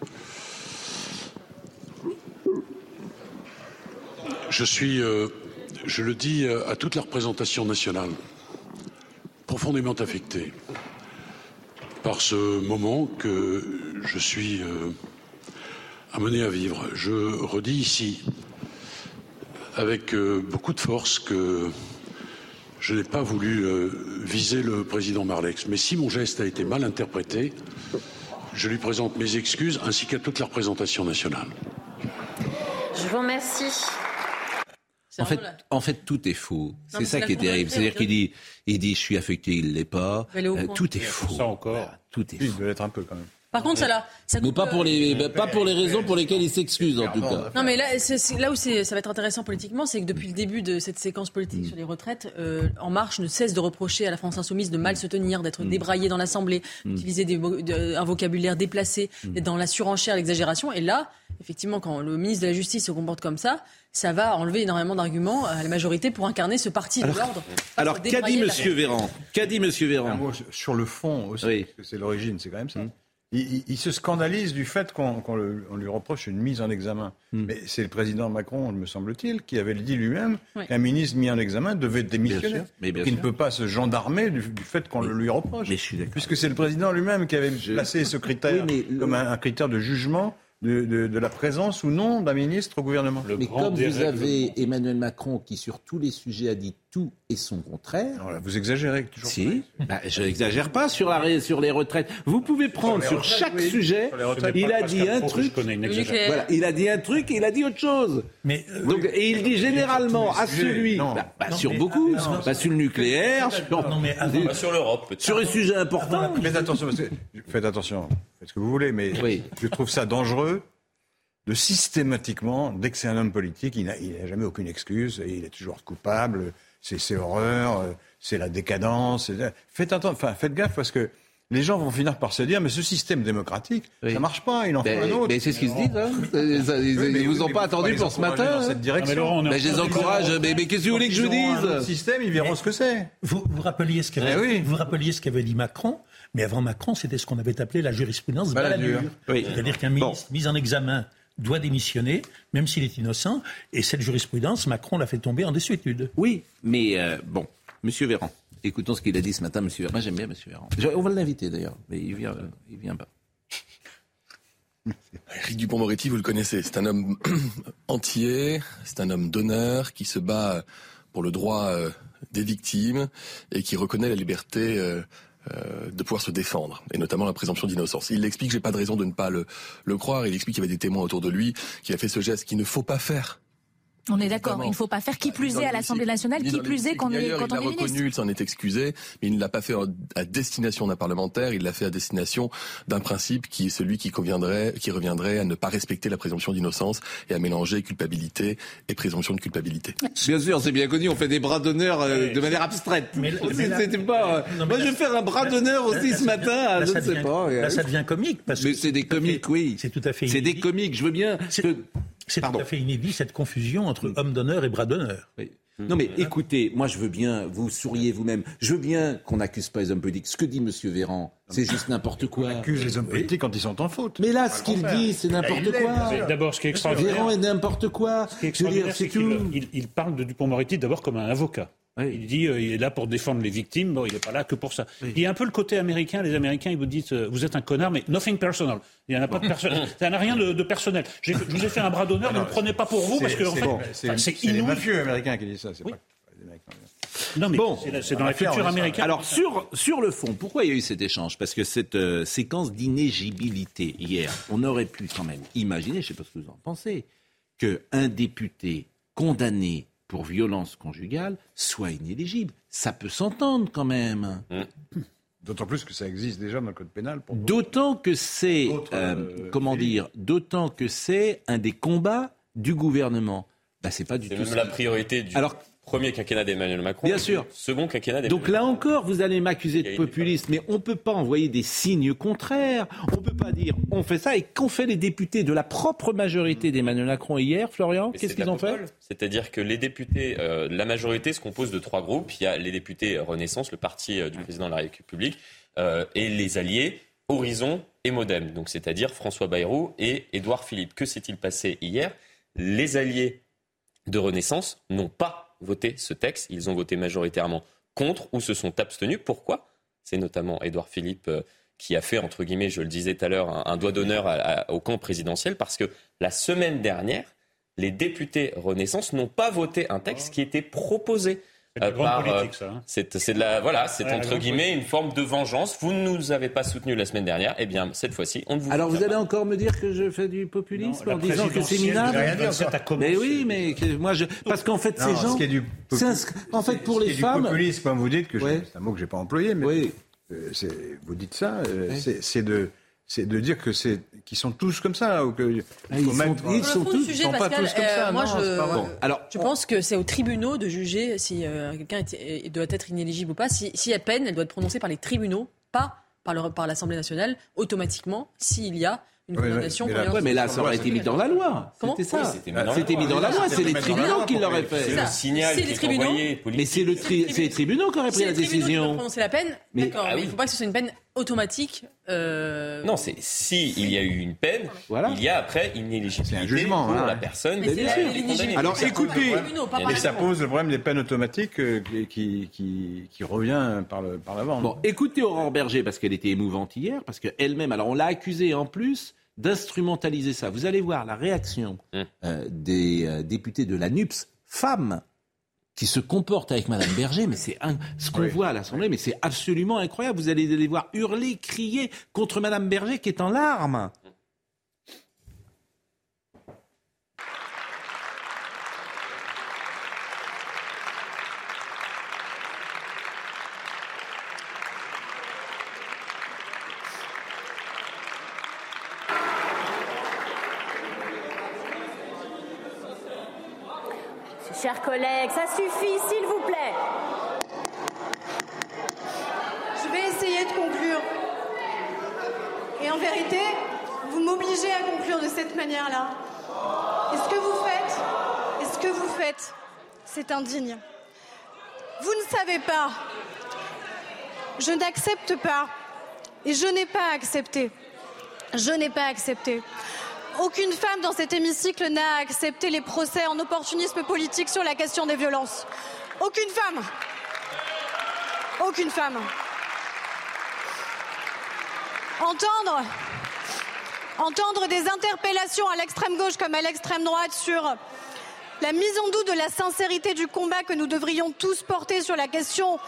je suis, euh, je le dis à toute la représentation nationale, profondément affecté par ce moment que je suis euh, amené à vivre. Je redis ici, avec euh, beaucoup de force, que je n'ai pas voulu euh, viser le président Marlex. Mais si mon geste a été mal interprété, je lui présente mes excuses ainsi qu'à toute la représentation nationale. Je vous remercie. En fait, en fait, tout est faux. Non, c'est ça qui est terrible. C'est-à-dire qu'il dit, il dit, je suis affecté, il l'est pas. Euh, tout est faux. Ça encore. Voilà, tout est faux. Il doit l'être un peu quand même. Par contre, ça, là, ça mais pas pour les, bah, pas pour les raisons pour lesquelles il s'excuse en tout cas. Non, mais là, c'est, c'est, là où c'est, ça va être intéressant politiquement, c'est que depuis le début de cette séquence politique mmh. sur les retraites, euh, En Marche ne cesse de reprocher à la France Insoumise de mal se tenir, d'être mmh. débraillé dans l'Assemblée, mmh. d'utiliser des, de, un vocabulaire déplacé, mmh. d'être dans la surenchère, l'exagération. Et là, effectivement, quand le ministre de la Justice se comporte comme ça, ça va enlever énormément d'arguments à la majorité pour incarner ce parti alors, de l'ordre. Alors, qu'a dit Monsieur Véran Qu'a dit Monsieur Véran mot sur le fond aussi, oui. parce que c'est l'origine, c'est quand même ça. Mmh. Il, il, il se scandalise du fait qu'on, qu'on le, on lui reproche une mise en examen. Mmh. Mais c'est le président Macron, me semble-t-il, qui avait dit lui-même oui. qu'un ministre mis en examen devait démissionner. Mais bien Donc, il ne peut pas se gendarmer du, du fait qu'on mais, le lui reproche. Mais je suis d'accord. Puisque c'est le président lui-même qui avait je... placé ce critère oui, mais... comme un, un critère de jugement. De, de, de la présence ou non d'un ministre au gouvernement. Le mais comme vous avez Emmanuel Macron qui sur tous les sujets a dit tout et son contraire. Alors là, vous exagérez toujours. Si, bah, je n'exagère pas sur, la, sur les retraites. Vous pouvez prendre sur, sur chaque oui. sujet, retraites, il a dit un truc, voilà, il a dit un truc et il a dit autre chose. Mais, euh, Donc, oui. Et il dit généralement à celui, non, bah, bah, non, sur mais, beaucoup, ah, non, bah, sur le nucléaire, sur, non, mais avant, bah, sur l'Europe, peut-être. Sur un sujet important. Faites attention, parce que, faites attention. Faites ce que vous voulez, mais oui. je trouve ça dangereux de systématiquement, dès que c'est un homme politique, il n'a jamais aucune excuse, et il est toujours coupable, c'est, c'est horreur, c'est la décadence. C'est... Faites, attention, enfin, faites gaffe, parce que les gens vont finir par se dire, mais ce système démocratique, oui. ça marche pas, il en mais, faut un autre. Mais c'est ce qu'ils se disent, hein. Ils, ils, oui, ils vous ont pas attendu pour ce matin. Dans cette direction. Non, mais Laurent, mais je les encourage, mais, mais qu'est-ce que vous voulez que je vous dise? Le système, ils verront mais, ce que c'est. Vous, vous rappeliez ce qu'avait, oui. vous rappeliez ce qu'avait dit Macron, mais avant Macron, c'était ce qu'on avait appelé la jurisprudence Balladur. Oui. C'est-à-dire qu'un ministre bon. mis en examen doit démissionner, même s'il est innocent, et cette jurisprudence, Macron l'a fait tomber en désuétude. Oui, mais euh, bon, Monsieur Véran, écoutons ce qu'il a dit ce matin, Monsieur Véran. Moi, j'aime bien Monsieur Véran. On va l'inviter d'ailleurs, mais il vient, euh, il vient pas. Éric Dupond-Moretti, vous le connaissez, c'est un homme entier, c'est un homme d'honneur qui se bat pour le droit euh, des victimes et qui reconnaît la liberté euh, Euh, de pouvoir se défendre, et notamment la présomption d'innocence. Il explique, j'ai pas de raison de ne pas le, le croire, il explique qu'il y avait des témoins autour de lui, qu'il a fait ce geste qu'il ne faut pas faire. On est d'accord, il ne faut pas faire qui plus est à l'Assemblée nationale, qui plus est quand on est, quand on est ministre. Il l'a reconnu, il s'en est excusé, mais il ne l'a pas fait à destination d'un parlementaire, il l'a fait à destination d'un principe qui est celui qui conviendrait, qui reviendrait à ne pas respecter la présomption d'innocence et à mélanger culpabilité et présomption de culpabilité. Bien sûr, c'est bien connu, on fait des bras d'honneur euh, de manière abstraite. Mais, mais là, c'était pas. Euh, non, moi, là, je vais faire un bras là, d'honneur là, aussi là, ce matin. Là, je ne sais pas. Là, ça devient comique parce mais que c'est des comiques, oui. C'est tout à fait. C'est des comiques. Je veux bien. C'est Pardon. tout à fait inédit, cette confusion entre homme d'honneur et bras d'honneur. Oui. Non mais écoutez, moi je veux bien, vous souriez vous-même, je veux bien qu'on n'accuse pas les hommes politiques. Ce que dit Monsieur Véran, c'est juste n'importe quoi. On accuse les hommes politiques oui. quand ils sont en faute. Mais là, ce qu'il dit, c'est n'importe quoi. Mais d'abord, ce qui est extraordinaire... Véran est n'importe quoi. Ce qui est extraordinaire, c'est, c'est qu'il il, il parle de Dupond-Moretti d'abord comme un avocat. Oui. Il dit euh, il est là pour défendre les victimes, bon, il n'est pas là que pour ça. Oui. Il y a un peu le côté américain, les Américains, ils vous disent euh, vous êtes un connard, mais nothing personal. Il n'y en a pas de personnel. Ça n'a rien de, de personnel. J'ai, je vous ai fait un bras d'honneur, ne le prenez pas pour vous, parce que en fait, bon, c'est, c'est, c'est les mafieux américains qui disent ça, c'est oui. pas les Américains. Non mais bon, c'est, c'est dans la culture américaine. Alors sur, sur le fond, pourquoi il y a eu cet échange? Parce que cette euh, séquence d'inéligibilité hier, on aurait pu quand même imaginer, je ne sais pas ce que vous en pensez, qu'un député condamné pour violence conjugale soit inéligible. Ça peut s'entendre quand même. Mmh. D'autant plus que ça existe déjà dans le code pénal. Pour d'autant que c'est, autres, euh, euh, comment délits. dire, d'autant que c'est un des combats du gouvernement. Bah, c'est pas du C'est tout même ce la qui- priorité du Alors, premier quinquennat d'Emmanuel Macron. Bien sûr. Du second quinquennat d'Emmanuel donc là encore, vous allez m'accuser de Il y a une populiste, mais on ne peut pas envoyer des signes contraires. On ne peut pas dire on fait ça et qu'ont fait les députés de la propre majorité d'Emmanuel Macron hier, Florian. Mais Qu'est-ce c'est de qu'ils la ont fait? popole. C'est-à-dire que les députés, euh, la majorité se compose de trois groupes. Il y a les députés Renaissance, le parti euh, du président de la République, euh, et les alliés Horizon et Modem. Donc c'est-à-dire François Bayrou et Édouard Philippe. Que s'est-il passé hier? Les alliés de Renaissance n'ont pas voté ce texte. Ils ont voté majoritairement contre ou se sont abstenus. Pourquoi? C'est notamment Édouard Philippe euh, qui a fait, entre guillemets, je le disais tout à l'heure, un, un doigt d'honneur à, à, au camp présidentiel, parce que la semaine dernière, les députés Renaissance n'ont pas voté un texte qui était proposé. C'est de la euh, grande par, politique, euh, ça. Hein. c'est, c'est de la, voilà, c'est Ouais, la entre grande guillemets une forme de vengeance. Vous ne nous avez pas soutenus la semaine dernière, eh bien cette fois-ci, on ne vous. Alors vous soutient allez pas. encore me dire que je fais du populisme Non, en la disant que c'est présidentielle minable? du vingt-sept a commencé. Mais oui, mais que moi je parce qu'en fait Non, ces gens, ce qui est du c'est un sc- en fait pour ce qui les est du femmes, populisme, comme vous dites, que je- Ouais. c'est un mot que j'ai pas employé, mais oui, euh, c'est- vous dites ça, euh, Ouais. c'est, c'est de c'est de dire que c'est qu'ils sont tous comme ça ou que Ah, ils faut sont- mettre- ils sont Pour le fond du tous- sujet, sont pas Pascal, tous comme ça, euh, moi non, je, c'est pas vrai. Bon, alors je pense que c'est aux tribunaux de juger si euh, quelqu'un est- est- doit être inéligible ou pas. Si, si il y a peine, elle doit être prononcée par les tribunaux, pas par, le, par l'Assemblée nationale, automatiquement, s'il y a une Ouais, ouais, condamnation mais pour là- violence ouais, mais là ça sexuelle. aurait été mis dans la loi. Comment C'était ça. Oui, c'était mis dans la C'était loi. mis dans la loi. C'est les tribunaux qui l'auraient C'est fait. le ça. signal C'est qui les est tribunaux. envoyé Mais politique. c'est le tri- c'est les tribunaux qui auraient pris Si la les tribunaux doivent décision. prononcer la peine, Mais- d'accord, Ah mais oui. il ne faut pas que ce soit une peine automatique. euh, Non, c'est si il y a eu une peine, Voilà. il y a après une inéligibilité C'est un jugement, pour hein. la personne Mais qui c'est a la- été l'éligibilité. condamnée. Alors, Ça écoutez, pose les tribunaux, pas il y a par des Et les ça tribunaux. pose le problème des peines automatiques euh, qui, qui, qui revient par, le, par l'avant. Bon, écoutez Aurore Berger, parce qu'elle était émouvante hier, parce qu'elle-même, alors on l'a accusée en plus d'instrumentaliser ça. Vous allez voir la réaction Mmh. euh, des euh, députés de la NUPS, femmes, qui se comportent avec Madame Berger, mais c'est un, ce qu'on Oui. voit à l'Assemblée, mais c'est absolument incroyable. Vous allez les voir hurler, crier contre Madame Berger qui est en larmes. Chers collègues, ça suffit, s'il vous plaît. Je vais essayer de conclure. Et en vérité, vous m'obligez à conclure de cette manière-là. Et ce que vous faites, et ce que vous faites, c'est indigne. Vous ne savez pas. Je n'accepte pas. Et je n'ai pas accepté. Je n'ai pas accepté. Aucune femme dans cet hémicycle n'a accepté les procès en opportunisme politique sur la question des violences. Aucune femme. Aucune femme. Entendre, entendre des interpellations à l'extrême gauche comme à l'extrême droite sur la mise en doute de la sincérité du combat que nous devrions tous porter sur la question.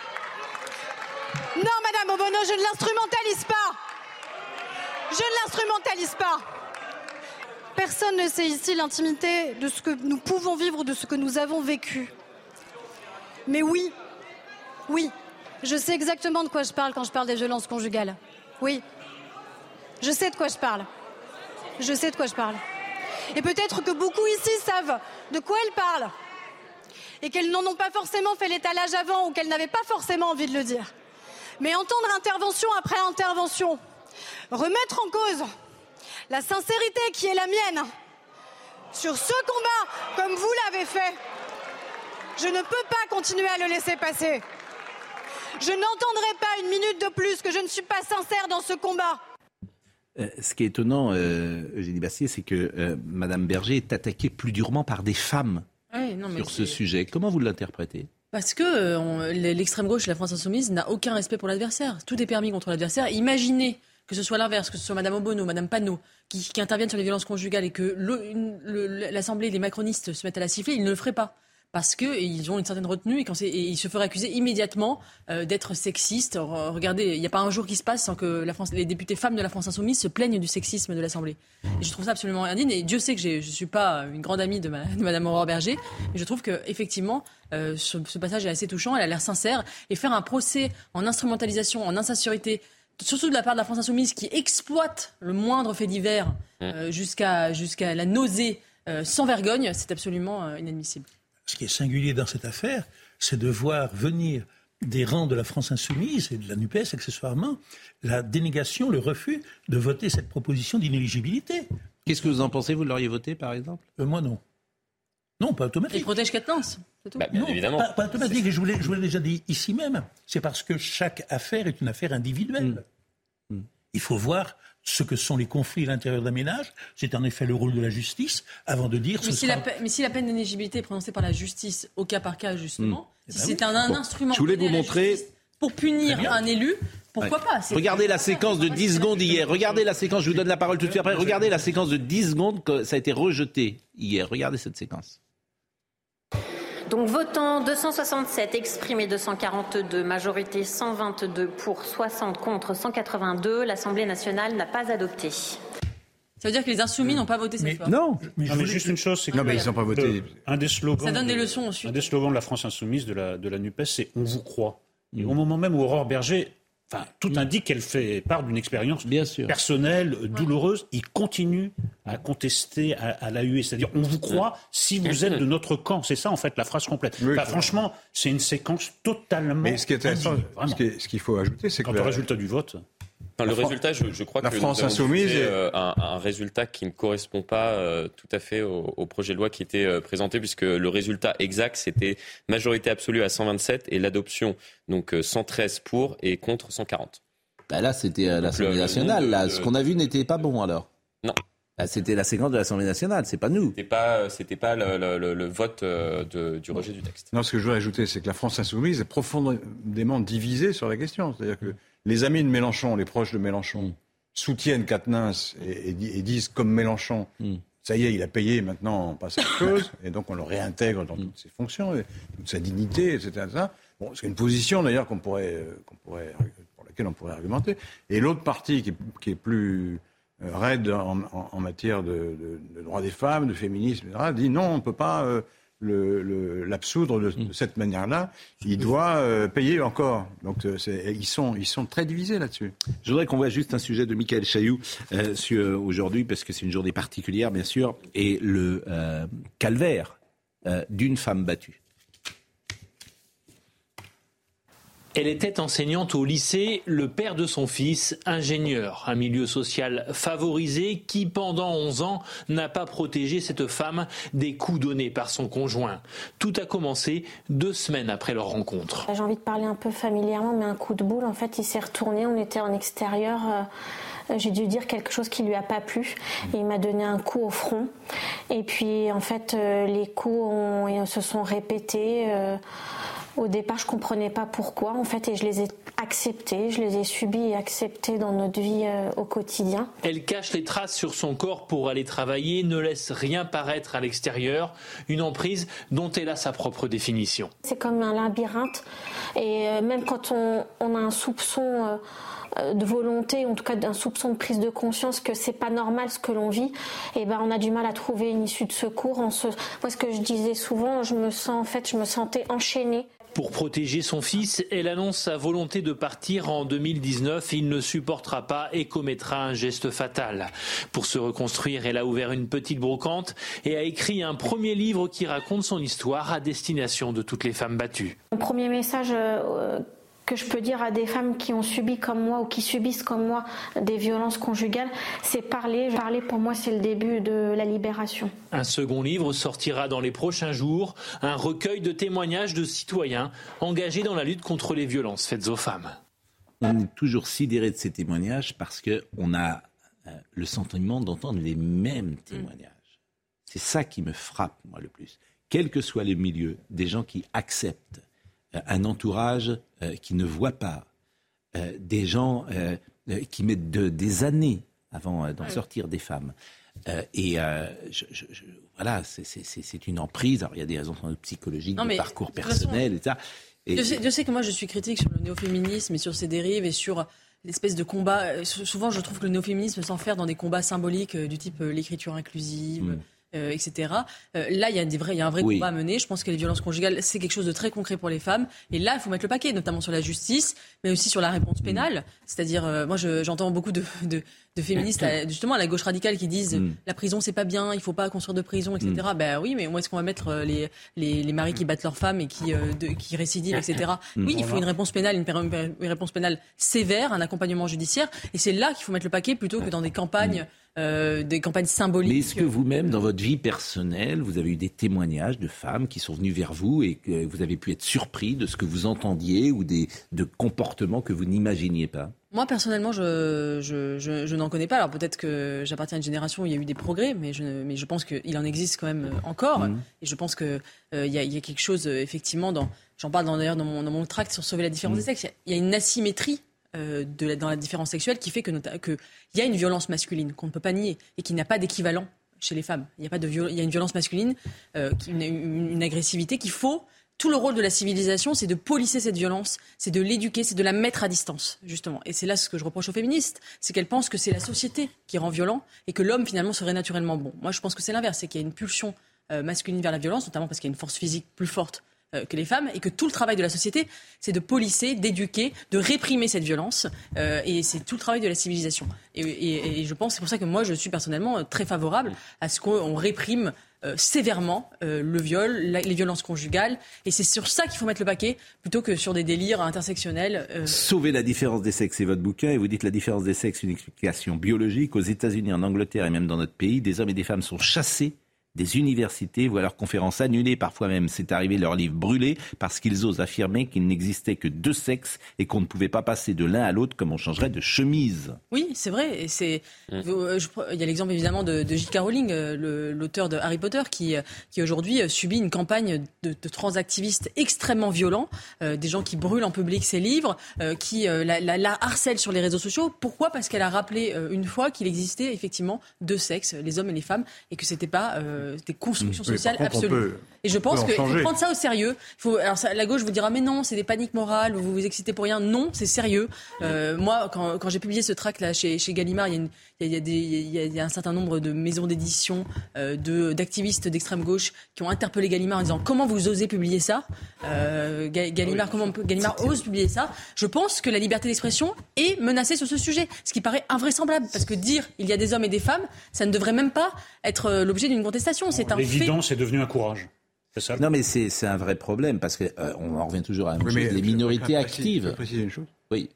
Non, Madame Obono, je ne l'instrumentalise pas. Je ne l'instrumentalise pas. Personne ne sait ici l'intimité de ce que nous pouvons vivre ou de ce que nous avons vécu. Mais oui, oui, je sais exactement de quoi je parle quand je parle des violences conjugales. Oui, je sais de quoi je parle. Je sais de quoi je parle. Et peut-être que beaucoup ici savent de quoi elles parlent. Et qu'elles n'en ont pas forcément fait l'étalage avant ou qu'elles n'avaient pas forcément envie de le dire. Mais entendre intervention après intervention, remettre en cause la sincérité qui est la mienne sur ce combat, comme vous l'avez fait, je ne peux pas continuer à le laisser passer. Je n'entendrai pas une minute de plus que je ne suis pas sincère dans ce combat. Euh, ce qui est étonnant, euh, Eugénie Bastier, c'est que euh, Madame Berger est attaquée plus durement par des femmes Ouais, non, mais sur ce c'est- sujet. Comment vous l'interprétez? Parce que euh, on- l'extrême gauche, la France insoumise, n'a aucun respect pour l'adversaire. Tout est permis contre l'adversaire. Imaginez que ce soit l'inverse, que ce soit Madame Obono, Madame Panot, qui, qui interviennent sur les violences conjugales et que le- une- le- l'Assemblée, les macronistes se mettent à la siffler, ils ne le feraient pas. parce qu'ils ont une certaine retenue et, quand c'est, et ils se feraient accuser immédiatement euh, d'être sexistes. Regardez, il n'y a pas un jour qui se passe sans que la France, les députés femmes de la France Insoumise se plaignent du sexisme de l'Assemblée. Et je trouve ça absolument indigne. Et Dieu sait que j'ai, je ne suis pas une grande amie de, ma, de Mme Aurore Bergé, mais je trouve qu'effectivement, euh, ce, ce passage est assez touchant. Elle a l'air sincère. Et faire un procès en instrumentalisation, en insincérité, surtout de la part de la France Insoumise qui exploite le moindre fait divers euh, jusqu'à, jusqu'à la nausée euh, sans vergogne, c'est absolument euh, inadmissible. Ce qui est singulier dans cette affaire, c'est de voir venir des rangs de la France Insoumise et de la NUPES accessoirement la dénégation, le refus de voter cette proposition d'inéligibilité. Qu'est-ce que vous en pensez ? Vous l'auriez voté, par exemple ? euh, Moi, non. Non, pas automatique. Il protège Quatennens, c'est tout. Bah, bien non, évidemment. Pas, pas automatique. Et je vous l'ai, je vous l'ai déjà dit ici même. C'est parce que chaque affaire est une affaire individuelle. Mmh. Mmh. Il faut voir ce que sont les conflits à l'intérieur d'un ménage. C'est en effet le rôle de la justice, avant de dire... Mais, ce si, sera... la pe- mais si la peine d'inéligibilité est prononcée par la justice, au cas par cas, justement, mmh. si eh ben c'est oui. un, un bon. instrument... Je voulais vous montrer... Pour punir un élu, pourquoi ouais. pas c'est Regardez la séquence de dix secondes hier. Regardez la séquence, je vous donne la parole tout de suite après. Regardez la séquence de dix secondes, que ça a été rejeté hier. Regardez cette séquence. Donc votant deux cent soixante-sept, exprimé deux cent quarante-deux, majorité cent vingt-deux pour, soixante contre, cent quatre-vingt-deux. L'Assemblée nationale n'a pas adopté. Ça veut dire que les insoumis n'ont pas voté cette mais, fois. Non, mais, non, mais juste une chose, c'est que non, mais ils n'ont pas voté. De, un des slogans, ça donne des de, leçons ensuite. Un des slogans de la France insoumise, de la, de la NUPES, c'est « On vous croit ». Et au moment même où Aurore Bergé, enfin, tout indique qu'elle fait part d'une expérience personnelle, douloureuse, il continue à contester, à, à la huer. C'est-à-dire, on vous croit si vous êtes de notre camp. C'est ça, en fait, la phrase complète. Oui, enfin, franchement, c'est une séquence totalement... Mais ce qui est intéressant, ce, qui est, ce qu'il faut ajouter, c'est Quant que... le le résultat du vote... Enfin, le résultat, je, je crois la que France nous avons insoumise diffusé, est... euh, un, un résultat qui ne correspond pas euh, tout à fait au, au projet de loi qui était euh, présenté, puisque le résultat exact, c'était majorité absolue à cent vingt-sept et l'adoption, donc euh, cent treize pour et contre cent quarante. Bah là, c'était euh, l'Assemblée nationale. De, là. de... Ce qu'on a vu n'était pas bon, alors. Non. Là, c'était la séquence de l'Assemblée nationale, c'est pas nous. C'était pas, c'était pas le, le, le vote euh, de, du rejet du texte. Non, ce que je voudrais ajouter, c'est que la France insoumise est profondément divisée sur la question. C'est-à-dire que les amis de Mélenchon, les proches de Mélenchon, mm. soutiennent Quatennens et, et, et disent, comme Mélenchon, mm. ça y est, il a payé, maintenant on passe à autre chose, et donc on le réintègre dans mm. toutes ses fonctions, et toute sa dignité, et cetera. Bon, c'est une position d'ailleurs qu'on pourrait, qu'on pourrait, pour laquelle on pourrait argumenter. Et l'autre partie qui est, qui est plus euh, raide en, en, en matière de, de, de droits des femmes, de féminisme, et cetera, dit non, on ne peut pas euh, le, le, l'absoudre de, de cette manière-là. Il doit euh, payer encore. Donc euh, c'est, ils, sont, ils sont très divisés là-dessus. Je voudrais qu'on voit juste un sujet de Michael Chailloux euh, sur, euh, aujourd'hui, parce que c'est une journée particulière, bien sûr, et le euh, calvaire euh, d'une femme battue. Elle était enseignante au lycée, le père de son fils, ingénieur. Un milieu social favorisé qui, pendant onze ans, n'a pas protégé cette femme des coups donnés par son conjoint. Tout a commencé deux semaines après leur rencontre. J'ai envie de parler un peu familièrement, mais un coup de boule, en fait, il s'est retourné, on était en extérieur... Euh... J'ai dû dire quelque chose qui lui a pas plu. Et il m'a donné un coup au front. Et puis, en fait, euh, les coups ont, se sont répétés. Euh, au départ, je comprenais pas pourquoi, en fait, et je les ai acceptés. Je les ai subis et acceptés dans notre vie euh, au quotidien. Elle cache les traces sur son corps pour aller travailler, ne laisse rien paraître à l'extérieur. Une emprise dont elle a sa propre définition. C'est comme un labyrinthe. Et euh, même quand on, on a un soupçon... Euh, de volonté, en tout cas d'un soupçon de prise de conscience que c'est pas normal ce que l'on vit, et ben on a du mal à trouver une issue de secours. En se... Moi, ce que je disais souvent, je me sens en fait, je me sentais enchaînée. Pour protéger son fils, elle annonce sa volonté de partir en deux mille dix-neuf. Il ne supportera pas et commettra un geste fatal. Pour se reconstruire, elle a ouvert une petite brocante et a écrit un premier livre qui raconte son histoire à destination de toutes les femmes battues. Mon premier message euh, que je peux dire à des femmes qui ont subi comme moi ou qui subissent comme moi des violences conjugales, c'est parler. Parler, pour moi, c'est le début de la libération. Un second livre sortira dans les prochains jours, un recueil de témoignages de citoyens engagés dans la lutte contre les violences faites aux femmes. On est toujours sidéré de ces témoignages parce qu'on a euh, le sentiment d'entendre les mêmes témoignages. C'est ça qui me frappe, moi, le plus. Quel que soit le milieu, des gens qui acceptent un entourage euh, qui ne voit pas, euh, des gens euh, euh, qui mettent de, des années avant euh, d'en sortir, des femmes, Euh, et euh, je, je, je, voilà, c'est, c'est, c'est une emprise. Alors, il y a des raisons psychologiques, non, des parcours personnels, et ça. Et, je, sais, je sais que moi, je suis critique sur le néo-féminisme et sur ses dérives et sur l'espèce de combat. Souvent, je trouve que le néo-féminisme s'enferme dans des combats symboliques euh, du type euh, l'écriture inclusive. Mmh. Euh, et cetera. Euh, là, il y a des vrais, il y a un vrai oui. combat à mener. Je pense que les violences conjugales, c'est quelque chose de très concret pour les femmes. Et là, il faut mettre le paquet, notamment sur la justice, mais aussi sur la réponse pénale. C'est-à-dire, euh, moi, je, j'entends beaucoup de, de, de féministes, à, justement à la gauche radicale, qui disent mm. la prison, c'est pas bien, il faut pas construire de prison, et cetera. Mm. Ben oui, mais où est-ce qu'on va mettre les, les, les maris qui battent leurs femmes et qui, euh, de, qui récidivent, et cetera. Mm. Oui, il faut une réponse pénale, une, une, une réponse pénale sévère, un accompagnement judiciaire. Et c'est là qu'il faut mettre le paquet plutôt que dans des campagnes. Mm. Euh, des campagnes symboliques. Mais est-ce que vous-même, dans votre vie personnelle, vous avez eu des témoignages de femmes qui sont venues vers vous et que vous avez pu être surpris de ce que vous entendiez ou des, de comportements que vous n'imaginiez pas ? Moi, personnellement, je, je, je, je n'en connais pas. Alors peut-être que j'appartiens à une génération où il y a eu des progrès, mais je, mais je pense qu'il en existe quand même encore. Mmh. Et je pense qu'il euh, y, y a quelque chose, effectivement, dans, j'en parle dans, d'ailleurs dans mon, dans mon tract sur Sauver la différence mmh. des sexes, il y, y a une asymétrie Euh, de la, dans la différence sexuelle qui fait que qu'il y a une violence masculine qu'on ne peut pas nier et qui n'a pas d'équivalent chez les femmes. Il y a, pas de viol- il y a une violence masculine, euh, une, une, une agressivité qu'il faut... Tout le rôle de la civilisation, c'est de polisser cette violence, c'est de l'éduquer, c'est de la mettre à distance, justement. Et c'est là ce que je reproche aux féministes, c'est qu'elles pensent que c'est la société qui rend violent et que l'homme, finalement, serait naturellement bon. Moi, je pense que c'est l'inverse, c'est qu'il y a une pulsion euh, masculine vers la violence, notamment parce qu'il y a une force physique plus forte que les femmes, et que tout le travail de la société, c'est de polisser, d'éduquer, de réprimer cette violence, euh, et c'est tout le travail de la civilisation. Et, et, et je pense, c'est pour ça que moi, je suis personnellement très favorable à ce qu'on réprime euh, sévèrement euh, le viol, la, les violences conjugales, et c'est sur ça qu'il faut mettre le paquet, plutôt que sur des délires intersectionnels. Euh... Sauver la différence des sexes, c'est votre bouquin, et vous dites la différence des sexes, une explication biologique. Aux États-Unis, en Angleterre et même dans notre pays, des hommes et des femmes sont chassés des universités, voient leurs conférences annulées, parfois même c'est arrivé leurs livres brûlés, parce qu'ils osent affirmer qu'il n'existait que deux sexes et qu'on ne pouvait pas passer de l'un à l'autre comme on changerait de chemise. Oui, c'est vrai. Et c'est, mmh. je, il y a l'exemple évidemment de, de J K Rowling, le, l'auteur de Harry Potter, qui, qui aujourd'hui subit une campagne de, de transactivistes extrêmement violents, euh, des gens qui brûlent en public ses livres, euh, qui euh, la, la, la harcèlent sur les réseaux sociaux. Pourquoi ? Parce qu'elle a rappelé euh, une fois qu'il existait effectivement deux sexes, les hommes et les femmes, et que c'était pas euh, des constructions sociales oui, absolues. Peut, et je pense qu'il faut prendre ça au sérieux. Il faut, alors ça, la gauche vous dira mais non, c'est des paniques morales, vous vous excitez pour rien. Non, c'est sérieux. Euh, moi, quand, quand j'ai publié ce tract là chez, chez Gallimard, il y a une Il y, a des, il, y a, il y a un certain nombre de maisons d'édition, euh, de, d'activistes d'extrême gauche qui ont interpellé Gallimard en disant comment vous osez publier ça euh, Gallimard, oui, comment Gallimard ose publier ça. Je pense que la liberté d'expression est menacée sur ce sujet, ce qui paraît invraisemblable, parce que dire il y a des hommes et des femmes, ça ne devrait même pas être l'objet d'une contestation. C'est un fait. L'évidence, c'est devenu un courage. C'est ça. Non, mais c'est, c'est un vrai problème, parce qu'on euh, en revient toujours à la même oui, chose, les minorités actives. Je peux préciser une chose ? Oui.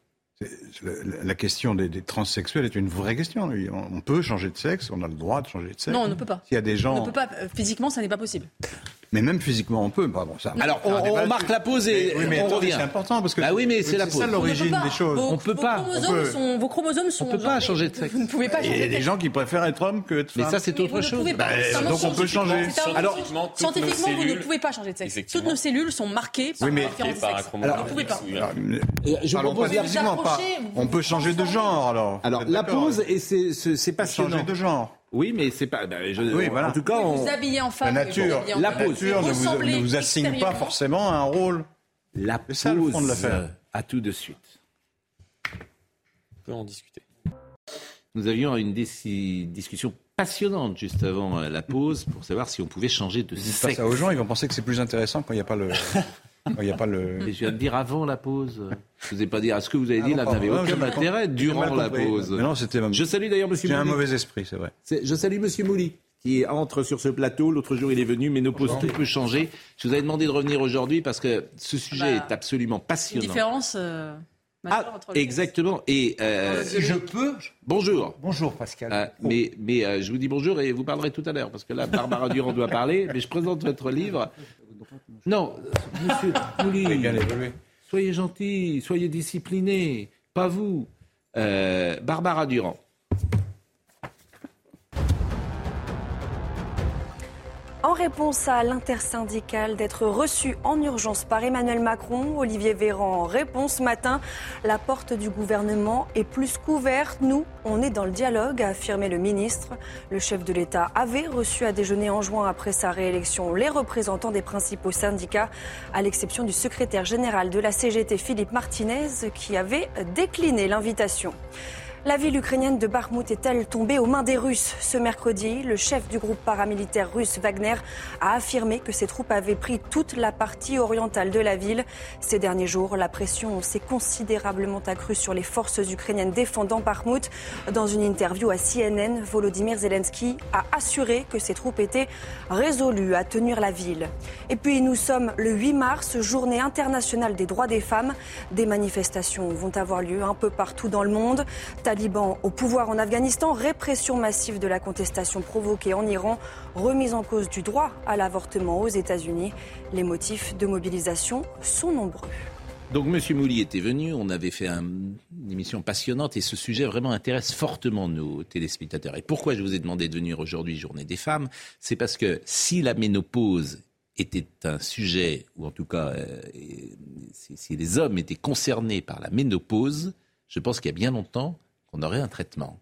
La question des, des transsexuels est une vraie question. On peut changer de sexe, on a le droit de changer de sexe. Non, on ne peut pas. S'il y a des gens... On ne peut pas. Physiquement, ça n'est pas possible. Mais même physiquement, on peut. Bon, ça, Alors, on, on marque la pause et oui, mais on attendez, revient. C'est important parce que bah oui, mais c'est, c'est la pause. ça l'origine des choses. Vos, on peut vos pas. Chromosomes on peut... sont, vos chromosomes sont. On peut pas changer de sexe. Vous ne pouvez pas. Il y a des gens qui préfèrent être hommes que être femme. Mais ça, c'est autre chose. Bah, donc on peut changer. Alors, scientifiquement, vous ne pouvez pas changer de sexe. Toutes nos cellules sont marquées par la différence de sexe. Vous ne pouvez pas. Je propose physiquement pas. On peut changer de genre alors. Alors la pause et c'est c'est passionnant. Changer de genre. Oui, mais c'est pas. Ben, je, oui, voilà. En tout cas, on. Vous habillez en femme. La nature, en la nature ne vous, ne vous assigne pas forcément un rôle. La pause. C'est ça le fond de l'affaire. À tout de suite. On peut en discuter. Nous avions une dis- discussion passionnante juste avant la pause pour savoir si on pouvait changer de sexe. Dites pas ça aux gens, ils vont penser que c'est plus intéressant quand il n'y a pas le. Il y a pas le... Mais je viens de dire avant la pause. Je vous ai pas dit. Ce que vous avez dit ah, là n'avait aucun non, intérêt durant la pause. Mais non, c'était. Je salue d'ailleurs Monsieur. J'ai Mouli. un mauvais esprit, c'est vrai. C'est, je salue Monsieur Mouli qui entre sur ce plateau. L'autre jour, il est venu, mais nos postes tout peut changer. Je vous avais demandé de revenir aujourd'hui parce que ce sujet bah, est absolument passionnant. Une différence. Euh... Ah, exactement. Et euh, si je peux. Bonjour. Bonjour Pascal. Euh, mais mais euh, je vous dis bonjour et vous parlerez tout à l'heure parce que là Barbara Durand doit parler. Mais je présente votre livre. Non, Monsieur Mouli, soyez gentil, soyez discipliné, pas vous. Euh, Barbara Durand. En réponse à l'intersyndicale d'être reçu en urgence par Emmanuel Macron, Olivier Véran répond ce matin « La porte du gouvernement est plus qu'ouverte. Nous, on est dans le dialogue », a affirmé le ministre. Le chef de l'État avait reçu à déjeuner en juin après sa réélection les représentants des principaux syndicats, à l'exception du secrétaire général de la C G T, Philippe Martinez, qui avait décliné l'invitation. La ville ukrainienne de Bakhmout est-elle tombée aux mains des Russes ? Ce mercredi, le chef du groupe paramilitaire russe Wagner a affirmé que ses troupes avaient pris toute la partie orientale de la ville. Ces derniers jours, la pression s'est considérablement accrue sur les forces ukrainiennes défendant Bakhmout. Dans une interview à C N N, Volodymyr Zelensky a assuré que ses troupes étaient résolues à tenir la ville. Et puis nous sommes le huit mars, journée internationale des droits des femmes. Des manifestations vont avoir lieu un peu partout dans le monde. Talibans au pouvoir en Afghanistan, répression massive de la contestation provoquée en Iran, remise en cause du droit à l'avortement aux États-Unis. Les motifs de mobilisation sont nombreux. Donc M. Mouly était venu, on avait fait un, une émission passionnante et ce sujet vraiment intéresse fortement nos téléspectateurs. Et pourquoi je vous ai demandé de venir aujourd'hui, Journée des femmes ? C'est parce que si la ménopause était un sujet, ou en tout cas euh, si, si les hommes étaient concernés par la ménopause, je pense qu'il y a bien longtemps on aurait un traitement.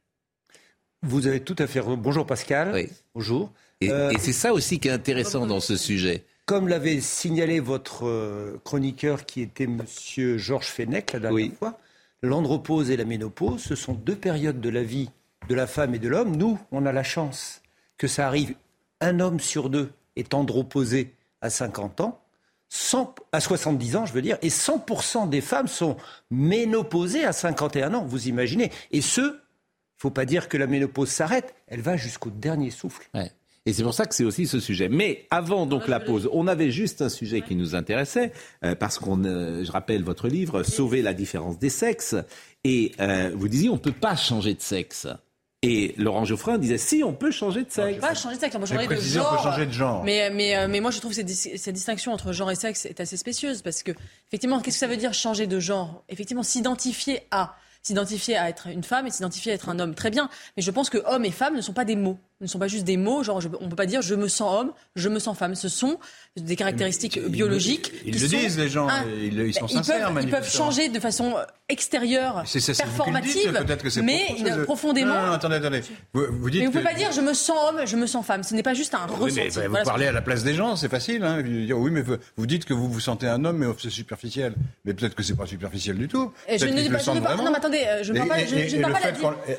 Vous avez tout à fait... Bonjour Pascal. Oui. Bonjour. Et, euh, et c'est ça aussi qui est intéressant dans ce sujet. Comme l'avait signalé votre euh, chroniqueur qui était monsieur Georges Fenech la dernière oui. fois, l'andropause et la ménopause, ce sont deux périodes de la vie de la femme et de l'homme. Nous, on a la chance que ça arrive. Un homme sur deux est androposé à cinquante ans. cent, à soixante-dix ans, je veux dire, et cent pour cent des femmes sont ménopausées à cinquante et un ans, vous imaginez. Et ce, il ne faut pas dire que la ménopause s'arrête, elle va jusqu'au dernier souffle. Ouais. Et c'est pour ça que c'est aussi ce sujet. Mais avant donc la pause, on avait juste un sujet qui nous intéressait, euh, parce qu'on, euh, je rappelle votre livre, Sauver la différence des sexes, et euh, vous disiez on ne peut pas changer de sexe. Et Laurent Geoffrin disait si on peut changer de sexe. On peut pas changer de sexe, on peut changer de genre. On peut changer de genre. Mais, mais, mais moi je trouve que cette, cette distinction entre genre et sexe est assez spécieuse parce que effectivement, qu'est-ce que ça veut dire changer de genre ? Effectivement, s'identifier à, s'identifier à être une femme et s'identifier à être un homme, très bien. Mais je pense que homme et femme ne sont pas des mots. Ne sont pas juste des mots, genre je, on ne peut pas dire je me sens homme, je me sens femme. Ce sont des caractéristiques ils, biologiques. Ils, ils le sont, disent les gens, un, ils, ils sont ils sincères. Peuvent, ils peuvent changer de façon extérieure, c'est ça, c'est performative, dites, que c'est mais profondément. Non, non, attendez, attendez. Vous, vous dites mais vous ne que... pouvez pas dire je me sens homme, je me sens femme. Ce n'est pas juste un oui, ressenti. Mais, bah, voilà vous parlez à la place des gens, c'est facile. Hein. Oui, mais vous, vous dites que vous vous sentez un homme, mais c'est superficiel. Mais peut-être que c'est pas superficiel du tout. Je ne, pas, je ne parle pas. Non, mais attendez, je ne parle pas. Je ne parle pas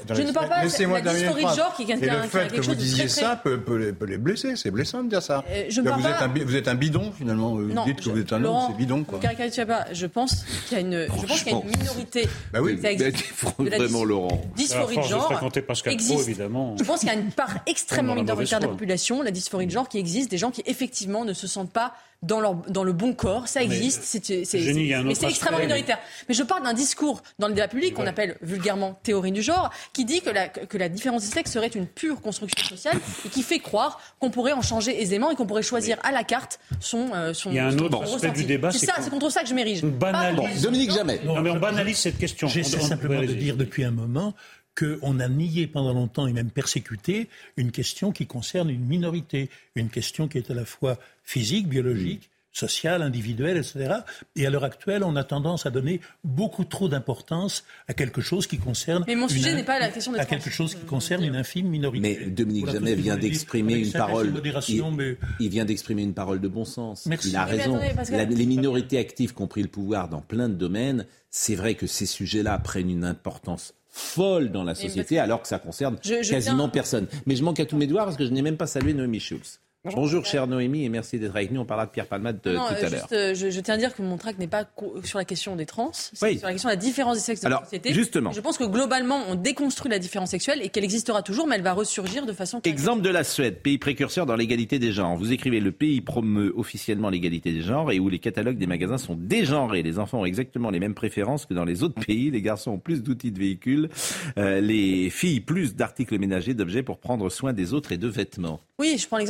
de la dysphorie de genre qui est quelque chose de très très. Peut, peut, les, peut les blesser, c'est blessant de dire ça. Euh, je vous, pas... êtes un, vous êtes un bidon finalement. Vous non, dites que je, vous êtes un Laurent, homme, c'est bidon quoi. Pas. Je pense qu'il y a une, je pense qu'il y a une minorité. Bah oui, ça existe, de la vraiment Laurent. Dysphorie de genre de existe. Pro, évidemment. Je pense qu'il y a une part extrêmement minoritaire de la population, la dysphorie de genre, qui existe, des gens qui effectivement ne se sentent pas dans, leur, dans le bon corps, ça existe, mais c'est, c'est, c'est, mais c'est extrêmement minoritaire. Mais je parle d'un discours dans le débat public qu'on appelle vulgairement théorie du genre, qui dit que la, que la différence des sexes serait une pure construction sociale et qui fait croire qu'on pourrait en changer aisément et qu'on pourrait choisir à la carte son euh, son. Il y a un autre aspect du débat, c'est, c'est ça, c'est contre ça que je m'érige. Bon, Dominique Jamais. Non, mais on banalise cette question. J'essaie simplement de dire depuis un moment qu'on a nié pendant longtemps et même persécuté une question qui concerne une minorité, une question qui est à la fois physique, biologique, sociale, individuelle, et cetera. Et à l'heure actuelle, on a tendance à donner beaucoup trop d'importance à quelque chose qui concerne... Mais mon sujet une, n'est pas la question de... À quelque chose qui concerne une infime minorité. Mais Dominique Jamais vient d'exprimer une parole... Il, mais... il vient d'exprimer une parole de bon sens. Merci. Il a oui, raison. Attendez, que... La, les minorités actives qui ont pris le pouvoir dans plein de domaines, c'est vrai que ces sujets-là prennent une importance folle dans la société, alors que ça concerne je, je quasiment viens... personne. Mais je manque à tous mes devoirs parce que je n'ai même pas salué Noémie Schulz. Bonjour, Bonjour chère Noémie, et merci d'être avec nous. On parlera de Pierre Palmade tout à juste, l'heure. Euh, je, je tiens à dire que mon tract n'est pas sur la question des trans, c'est oui. sur la question de la différence des sexes de Alors, la société. Justement. Je pense que globalement, on déconstruit la différence sexuelle et qu'elle existera toujours, mais elle va ressurgir de façon... Exemple de la Suède, pays précurseur dans l'égalité des genres. Vous écrivez, le pays promeut officiellement l'égalité des genres et où les catalogues des magasins sont dégenrés. Les enfants ont exactement les mêmes préférences que dans les autres pays. Les garçons ont plus d'outils de véhicules, euh, les filles plus d'articles ménagers, d'objets pour prendre soin des autres et de vêtements. Oui, je prends l'exemple des jouets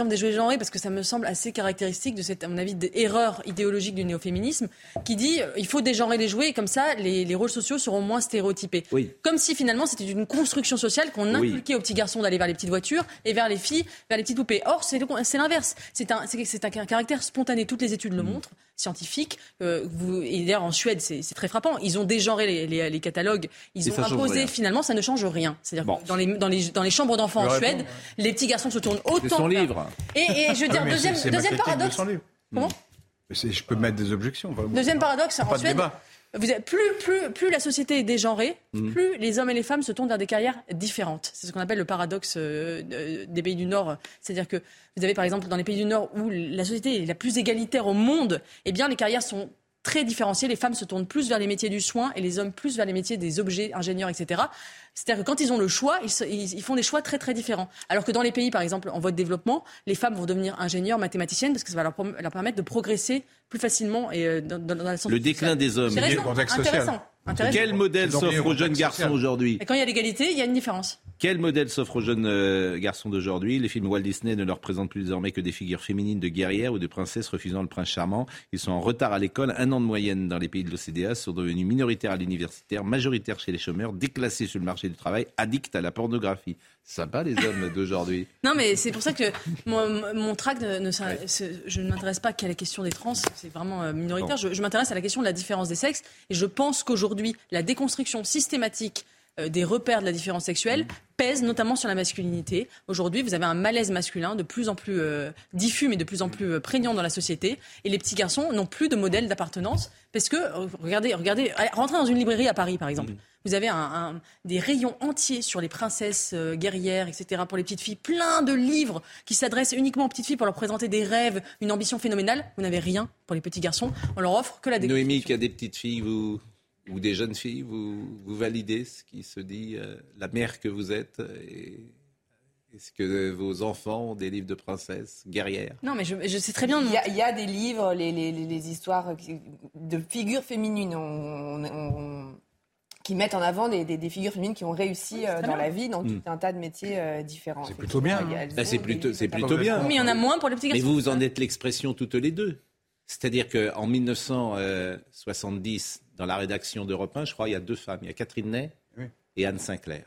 dégenrer parce que ça me semble assez caractéristique de cette, à mon avis, erreur idéologique du néo-féminisme qui dit euh, il faut dégenrer les jouets et comme ça les, les rôles sociaux seront moins stéréotypés. Oui. Comme si finalement c'était une construction sociale qu'on inculquait oui. aux petits garçons d'aller vers les petites voitures et vers les filles vers les petites poupées. Or c'est, le, c'est l'inverse. C'est un, c'est, c'est un caractère spontané. Toutes les études le mmh. montrent. Scientifiques. Euh, vous, et d'ailleurs, en Suède, c'est, c'est très frappant. Ils ont dégenré les, les, les catalogues. Ils et ont imposé, finalement, ça ne change rien. C'est-à-dire bon. que dans les, dans, les, dans les chambres d'enfants en Suède, bon. les petits garçons se tournent autant. C'est son livre. Et, et je veux dire, oui, deuxième, c'est, c'est deuxième paradoxe. Comment c'est, Je peux mettre des objections. Deuxième paradoxe, en Suède. Vous êtes, plus, plus, plus la société est dégenrée, mmh. plus les hommes et les femmes se tournent vers des carrières différentes. C'est ce qu'on appelle le paradoxe euh, des pays du Nord. C'est-à-dire que vous avez par exemple dans les pays du Nord où la société est la plus égalitaire au monde, eh bien les carrières sont très différenciées. Les femmes se tournent plus vers les métiers du soin et les hommes plus vers les métiers des objets, ingénieurs, et cetera. C'est-à-dire que quand ils ont le choix, ils, se, ils, ils font des choix très très différents. Alors que dans les pays, par exemple, en voie de développement, les femmes vont devenir ingénieurs, mathématiciennes, parce que ça va leur, leur permettre de progresser plus facilement et euh, dans, dans la santé. Le déclin sociale. des hommes. C'est récent, intéressant. intéressant. Quel modèle s'offre aux jeunes garçons aujourd'hui ? Et quand il y a l'égalité, il y a une différence. Quel modèle s'offre aux jeunes euh, garçons d'aujourd'hui ? Les films Walt Disney ne leur présentent plus désormais que des figures féminines de guerrières ou de princesses refusant le prince charmant. Ils sont en retard à l'école, un an de moyenne dans les pays de l'O C D A, sont devenus minoritaires à l'universitaire, majoritaires chez les chômeurs, déclassés sur le marché du travail, addicts à la pornographie. Sympa les hommes d'aujourd'hui. Non mais c'est pour ça que mon, mon tract, ne, ne, je ne m'intéresse pas qu'à la question des trans, c'est vraiment minoritaire. Je, je m'intéresse à la question de la différence des sexes et je pense qu'aujourd'hui, la déconstruction systématique des repères de la différence sexuelle pèse notamment sur la masculinité. Aujourd'hui, vous avez un malaise masculin de plus en plus euh, diffus, mais de plus en plus euh, prégnant dans la société. Et les petits garçons n'ont plus de modèle d'appartenance. Parce que, euh, regardez, regardez, rentrez dans une librairie à Paris, par exemple. Mmh. Vous avez un, un, des rayons entiers sur les princesses euh, guerrières, et cetera, pour les petites filles. Plein de livres qui s'adressent uniquement aux petites filles pour leur présenter des rêves, une ambition phénoménale. Vous n'avez rien pour les petits garçons. On leur offre que la déconstruction. Noémie, qui a des petites filles, vous... ou des jeunes filles, vous, vous validez ce qui se dit, euh, la mère que vous êtes, et est-ce que vos enfants ont des livres de princesses guerrières ? Non, mais je, je sais très bien. Il y, a, il y a des livres, les, les, les histoires de figures féminines on, on, on, qui mettent en avant des, des, des figures féminines qui ont réussi euh, dans la vie, dans tout mmh. un tas de métiers euh, différents. C'est plutôt bien. Ah, c'est plutôt, c'est plutôt bien. Mais il y en a moins pour les petits garçons. Mais vous en êtes l'expression toutes les deux. C'est-à-dire qu'en dix-neuf cent soixante-dix, dans la rédaction d'Europe un, je crois, il y a deux femmes. Il y a Catherine Ney oui. et Anne Sinclair.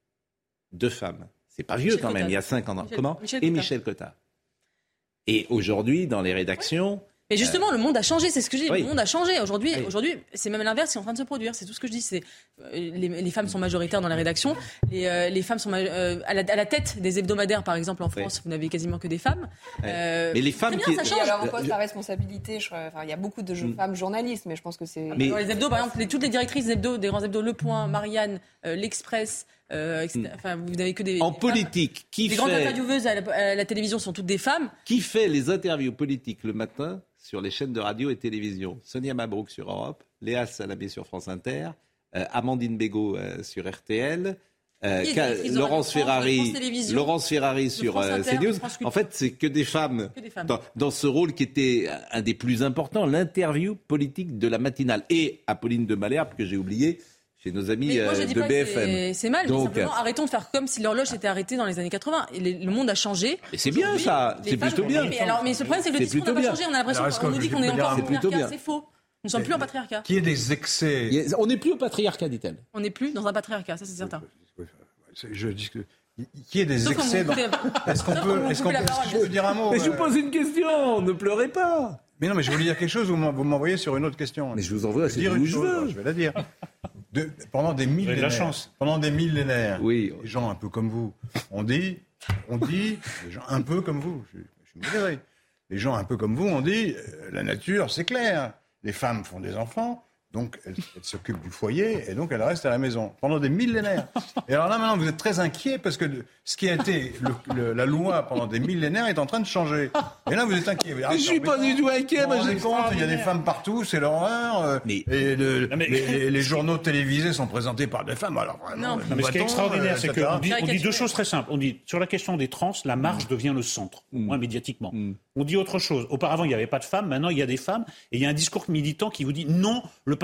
Deux femmes. C'est pas vieux Michel quand même, Cottard. Il y a cinq ans. Michel, Comment Michel Et Michel Cottard. Et aujourd'hui, dans les rédactions... Mais justement, euh... le monde a changé, c'est ce que je dis. Oui. Le monde a changé. Aujourd'hui, oui. aujourd'hui, c'est même l'inverse qui est en train de se produire. C'est tout ce que je dis. C'est, euh, les, les femmes sont majoritaires dans la rédaction. Les, euh, les femmes sont euh, à, la, à la tête des hebdomadaires, par exemple, en France, oui. vous n'avez quasiment que des femmes. Oui. Euh, mais les femmes qui... ça change. Alors, on pose la responsabilité. Je... Enfin, il y a beaucoup de mm. femmes journalistes, mais je pense que c'est... Mais... Dans les hebdos, par exemple, les, toutes les directrices des, hebdos, des grands hebdos, Le Point, Marianne, euh, L'Express... Euh, et cetera. Enfin, vous n'avez que des en des politique, femmes. qui les fait... grandes intervieweuses à la, à la télévision sont toutes des femmes. Qui fait les interviews politiques le matin sur les chaînes de radio et télévision ? Sonia Mabrouk sur Europe, Léa Salamé sur France Inter, euh, Amandine Bégaud euh, sur R T L, euh, Ka- Laurence Ferrari, Laurence Ferrari sur euh, CNews. En fait, c'est que des femmes, que des femmes. Dans, dans ce rôle qui était un des plus importants, l'interview politique de la matinale. Et Apolline de Malherbe, que j'ai oublié, chez nos amis moi, je dis de pas B F M. C'est, c'est mal, donc, mais simplement arrêtons de faire comme si l'horloge était arrêtée dans les années quatre-vingts. Et les, le monde a changé. Et c'est bien ça, c'est plutôt bien. Mais, alors, mais ce problème, c'est que le c'est discours n'a pas changé. On a l'impression qu'on nous dit qu'on est encore en patriarcat. C'est faux. Nous ne sommes plus en patriarcat. Qu'il y ait des excès. On n'est plus au patriarcat, dit-elle. On n'est plus dans un patriarcat, ça c'est certain. Je dis que. Qu'il y ait des excès. Dans... Est-ce qu'on peut, est-ce qu'on peut, est-ce que je peux dire un mot ? Mais je vous pose une question, ne pleurez pas. Mais non, mais je voulais dire quelque chose, vous m'envoyez sur une autre question. Mais je vous envoie, c'est dire où une je chose, veux. Je vais la dire. De, pendant des millénaires, de la chance. pendant des millénaires, oui. des gens un peu comme vous, on dit, on dit, des gens un peu comme vous, je, je suis modéré, les gens un peu comme vous, on dit, euh, la nature, c'est clair, les femmes font des enfants, donc elles, elles s'occupent du foyer, et donc elles restent à la maison, pendant des millénaires. Et alors là, maintenant, vous êtes très inquiets, parce que de, ce qui a été le, le, la loi pendant des millénaires est en train de changer. Et là, vous êtes inquiets. Vous dites, ah, je suis pas du tout inquiet, moi, j'ai compte, il y a des femmes partout, c'est l'horreur, euh, mais... et le, mais... les, les, les journaux télévisés sont présentés par des femmes, alors vraiment... Non, non mais ce qui est extraordinaire, euh, c'est qu'on dit, on dit deux choses très simples. On dit, sur la question des trans, la marge mmh. devient le centre, au moins mmh. médiatiquement. Mmh. On dit autre chose. Auparavant, il n'y avait pas de femmes, maintenant, il y a des femmes, et il y a un discours militant qui vous dit, non, le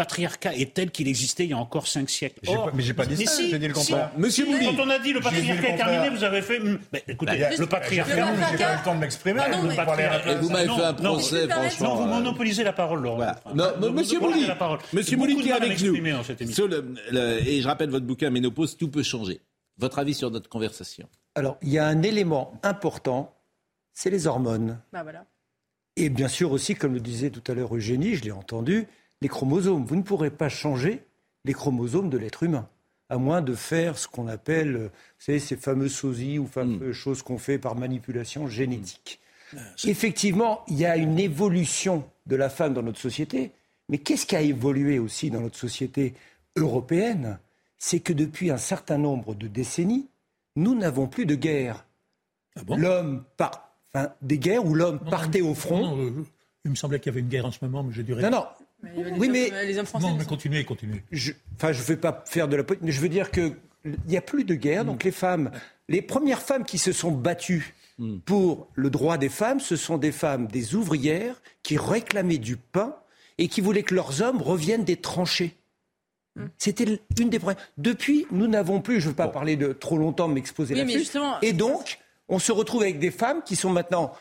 patriarcat est tel qu'il existait il y a encore cinq siècles. J'ai Or, pas, mais j'ai pas dit mais ça, si, j'ai dit le si. contraire. Monsieur Mouly. Quand on a dit le patriarcat est terminé, vous avez fait... Mais, écoutez, Bah, le patriarcat... J'ai pas, j'ai pas eu le temps de m'exprimer. Ah, non, le mais- patriarcat- Et vous m'avez fait un non, procès, non, franchement. Non, vous euh, monopolisez la parole, Laurent. Voilà. Enfin, Non, vous Monsieur monopolisez Mouly, la parole. Monsieur J'ai Mouly beaucoup qui est de mal à avec nous. m'exprimer en cette émission. Sur le- le- et je rappelle votre bouquin Ménopause, tout peut changer. Votre avis sur notre conversation? Alors, il y a un élément important, c'est les hormones. Bah voilà. Et bien sûr aussi, comme le disait tout à l'heure Eugénie, je l'ai entendu, les chromosomes. Vous ne pourrez pas changer les chromosomes de l'être humain, à moins de faire ce qu'on appelle, vous savez, ces fameux sosies ou fameuses mm. choses qu'on fait par manipulation génétique. Mm. Effectivement, il y a une évolution de la femme dans notre société, mais qu'est-ce qui a évolué aussi dans notre société européenne? C'est que depuis un certain nombre de décennies, nous n'avons plus de guerre. Ah bon? L'homme part... Enfin, des guerres où l'homme non, partait non, au front. Non, euh, il me semblait qu'il y avait une guerre en ce moment, mais j'ai dû Non, non. Mais il y avait les oui, hommes, mais les hommes français. Non, mais continuez, continuez. je, enfin, je ne vais pas faire de la politique, mais je veux dire qu'il n'y a plus de guerre. Donc les femmes, les premières femmes qui se sont battues mm. pour le droit des femmes, ce sont des femmes, des ouvrières qui réclamaient du pain et qui voulaient que leurs hommes reviennent des tranchées. Mm. C'était une des premières. Depuis, nous n'avons plus, je ne veux pas bon. parler de trop longtemps, m'exposer oui, là-dessus. Justement... Et donc, on se retrouve avec des femmes qui sont maintenant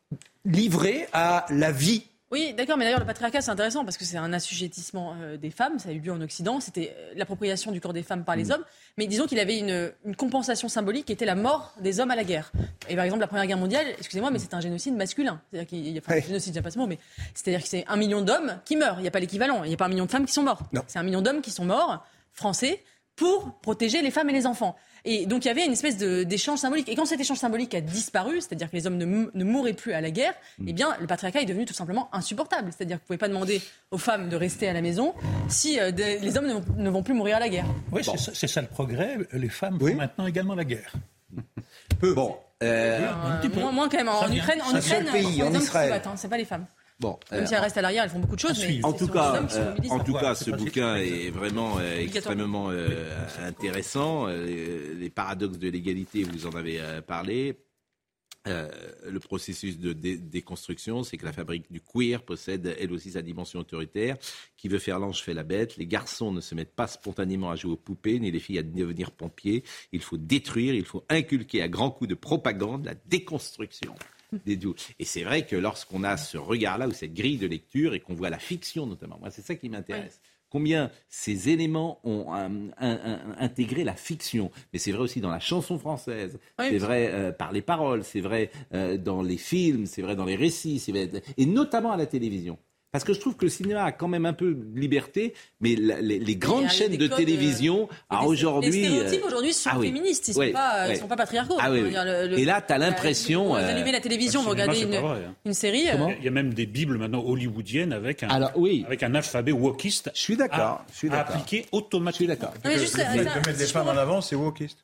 livrées à la vie. Oui, d'accord, mais d'ailleurs, le patriarcat, c'est intéressant parce que c'est un assujettissement euh, des femmes. Ça a eu lieu en Occident. C'était euh, l'appropriation du corps des femmes par les mmh. hommes. Mais disons qu'il avait une, une compensation symbolique qui était la mort des hommes à la guerre. Et par exemple, la Première Guerre mondiale, excusez-moi, mais c'est un génocide masculin. C'est-à-dire qu'il y a, enfin, ouais. génocide, j'aime pas ce mot, mais c'est-à-dire que c'est un million d'hommes qui meurent. Il n'y a pas l'équivalent. Il n'y a pas un million de femmes qui sont mortes. Non. C'est un million d'hommes qui sont morts, français, pour protéger les femmes et les enfants. Et donc il y avait une espèce de, d'échange symbolique. Et quand cet échange symbolique a disparu, c'est-à-dire que les hommes ne, ne mouraient plus à la guerre, mmh. eh bien le patriarcat est devenu tout simplement insupportable. C'est-à-dire que vous ne pouvez pas demander aux femmes de rester à la maison si euh, de, les hommes ne vont, ne vont plus mourir à la guerre. Oui, bon. c'est, ça, c'est ça le progrès. Les femmes oui. font maintenant également la guerre. Peu. Bon. Euh, euh, moins, moins quand même. En Ukraine, en Ukraine, pays, c'est les en hommes Israël. qui se battent, hein, c'est pas les femmes. Bon, même euh, si elles restent à l'arrière, elles font beaucoup de choses. Mais en tout cas, euh, en tout cas, ce pas bouquin est vraiment euh, extrêmement euh, intéressant. Euh, les paradoxes de l'égalité, vous en avez euh, parlé. Euh, le processus de dé- déconstruction, c'est que la fabrique du queer possède elle aussi sa dimension autoritaire. Qui veut faire l'ange fait la bête. Les garçons ne se mettent pas spontanément à jouer aux poupées, ni les filles à devenir pompiers. Il faut détruire, il faut inculquer à grands coups de propagande la déconstruction. Des doux. Et c'est vrai que lorsqu'on a ce regard-là, ou cette grille de lecture, et qu'on voit la fiction notamment, moi c'est ça qui m'intéresse. Oui. Combien ces éléments ont un, un, un, intégré la fiction. Mais c'est vrai aussi dans la chanson française, oui, c'est vrai euh, par les paroles, c'est vrai euh, dans les films, c'est vrai dans les récits, c'est vrai, et notamment à la télévision. Parce que je trouve que le cinéma a quand même un peu de liberté, mais la, les, les grandes chaînes de télévision, euh, ah, aujourd'hui... Les stéréotypes aujourd'hui sont ah, oui. féministes, ils ne sont, oui, oui. Ils sont pas patriarcaux. Ah, oui, oui. Le, le, Et là, tu as l'impression... Vous allumez la télévision, vous regardez une, vrai, hein. une série... Comment Il y a même des bibles maintenant hollywoodiennes avec un, Alors, oui. avec un alphabet wokiste je suis d'accord, à, je suis d'accord. à appliquer automatiquement. Je suis d'accord. Non, mais juste, le, le, de mettre des femmes en avant, c'est wokiste.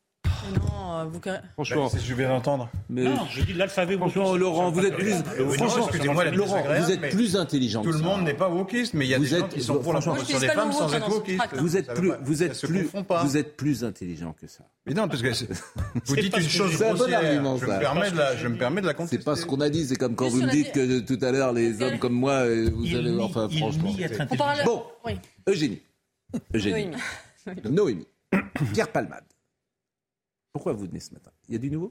Non, vous... Franchement, bah, c'est ce que je viens d'entendre. Mais... Non, je dis l'alphabet. Franchement, Laurent, vous êtes plus. Euh, franchement, excusez-moi, Laurent, vous êtes plus intelligent. Tout le monde n'est pas wokiste, mais il y a vous des êtes... gens qui sont pour la promotion des femmes sans être wokistes. Vous êtes plus, vous êtes plus, vous êtes plus intelligent que ça. Mais non, parce que vous dites une chose grossière. Je me permets de la, je me permets de la contester. C'est pas ce qu'on a dit. C'est comme quand vous me dites que tout à l'heure les hommes comme moi, vous avez, enfin, franchement. Bon, Eugénie, Eugénie, Noémie, Pierre Palmade. Pourquoi vous venez ce matin ? Il y a du nouveau ?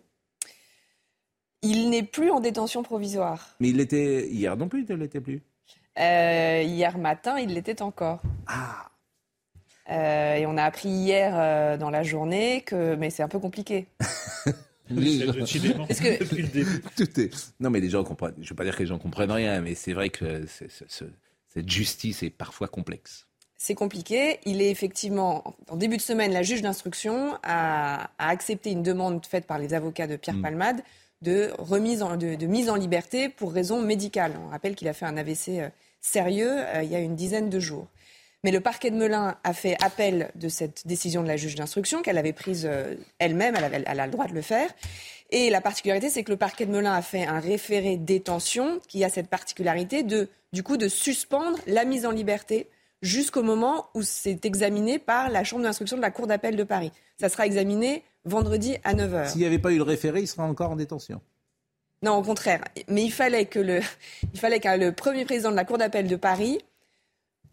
Il n'est plus en détention provisoire. Mais il l'était hier non plus, il ne l'était plus. Euh, hier matin, il l'était encore. Ah. Euh, et on a appris hier euh, dans la journée que... Mais c'est un peu compliqué. Les gens... Parce que... Tout est... Non mais les gens comprennent. Je ne veux pas dire que les gens comprennent rien, mais c'est vrai que c'est, c'est, c'est, cette justice est parfois complexe. C'est compliqué. Il est effectivement, en début de semaine, la juge d'instruction a, a accepté une demande faite par les avocats de Pierre mmh. Palmade de, remise en, de, de mise en liberté pour raison médicale. On rappelle qu'il a fait un A V C euh, sérieux euh, il y a une dizaine de jours. Mais le parquet de Melun a fait appel de cette décision de la juge d'instruction qu'elle avait prise euh, elle-même, elle, avait, elle a le droit de le faire. Et la particularité, c'est que le parquet de Melun a fait un référé détention qui a cette particularité de, du coup, de suspendre la mise en liberté jusqu'au moment où c'est examiné par la chambre d'instruction de la Cour d'appel de Paris. Ça sera examiné vendredi à neuf heures. S'il n'y avait pas eu le référé, il serait encore en détention. Non, au contraire. Mais il fallait que le, il fallait que le premier président de la Cour d'appel de Paris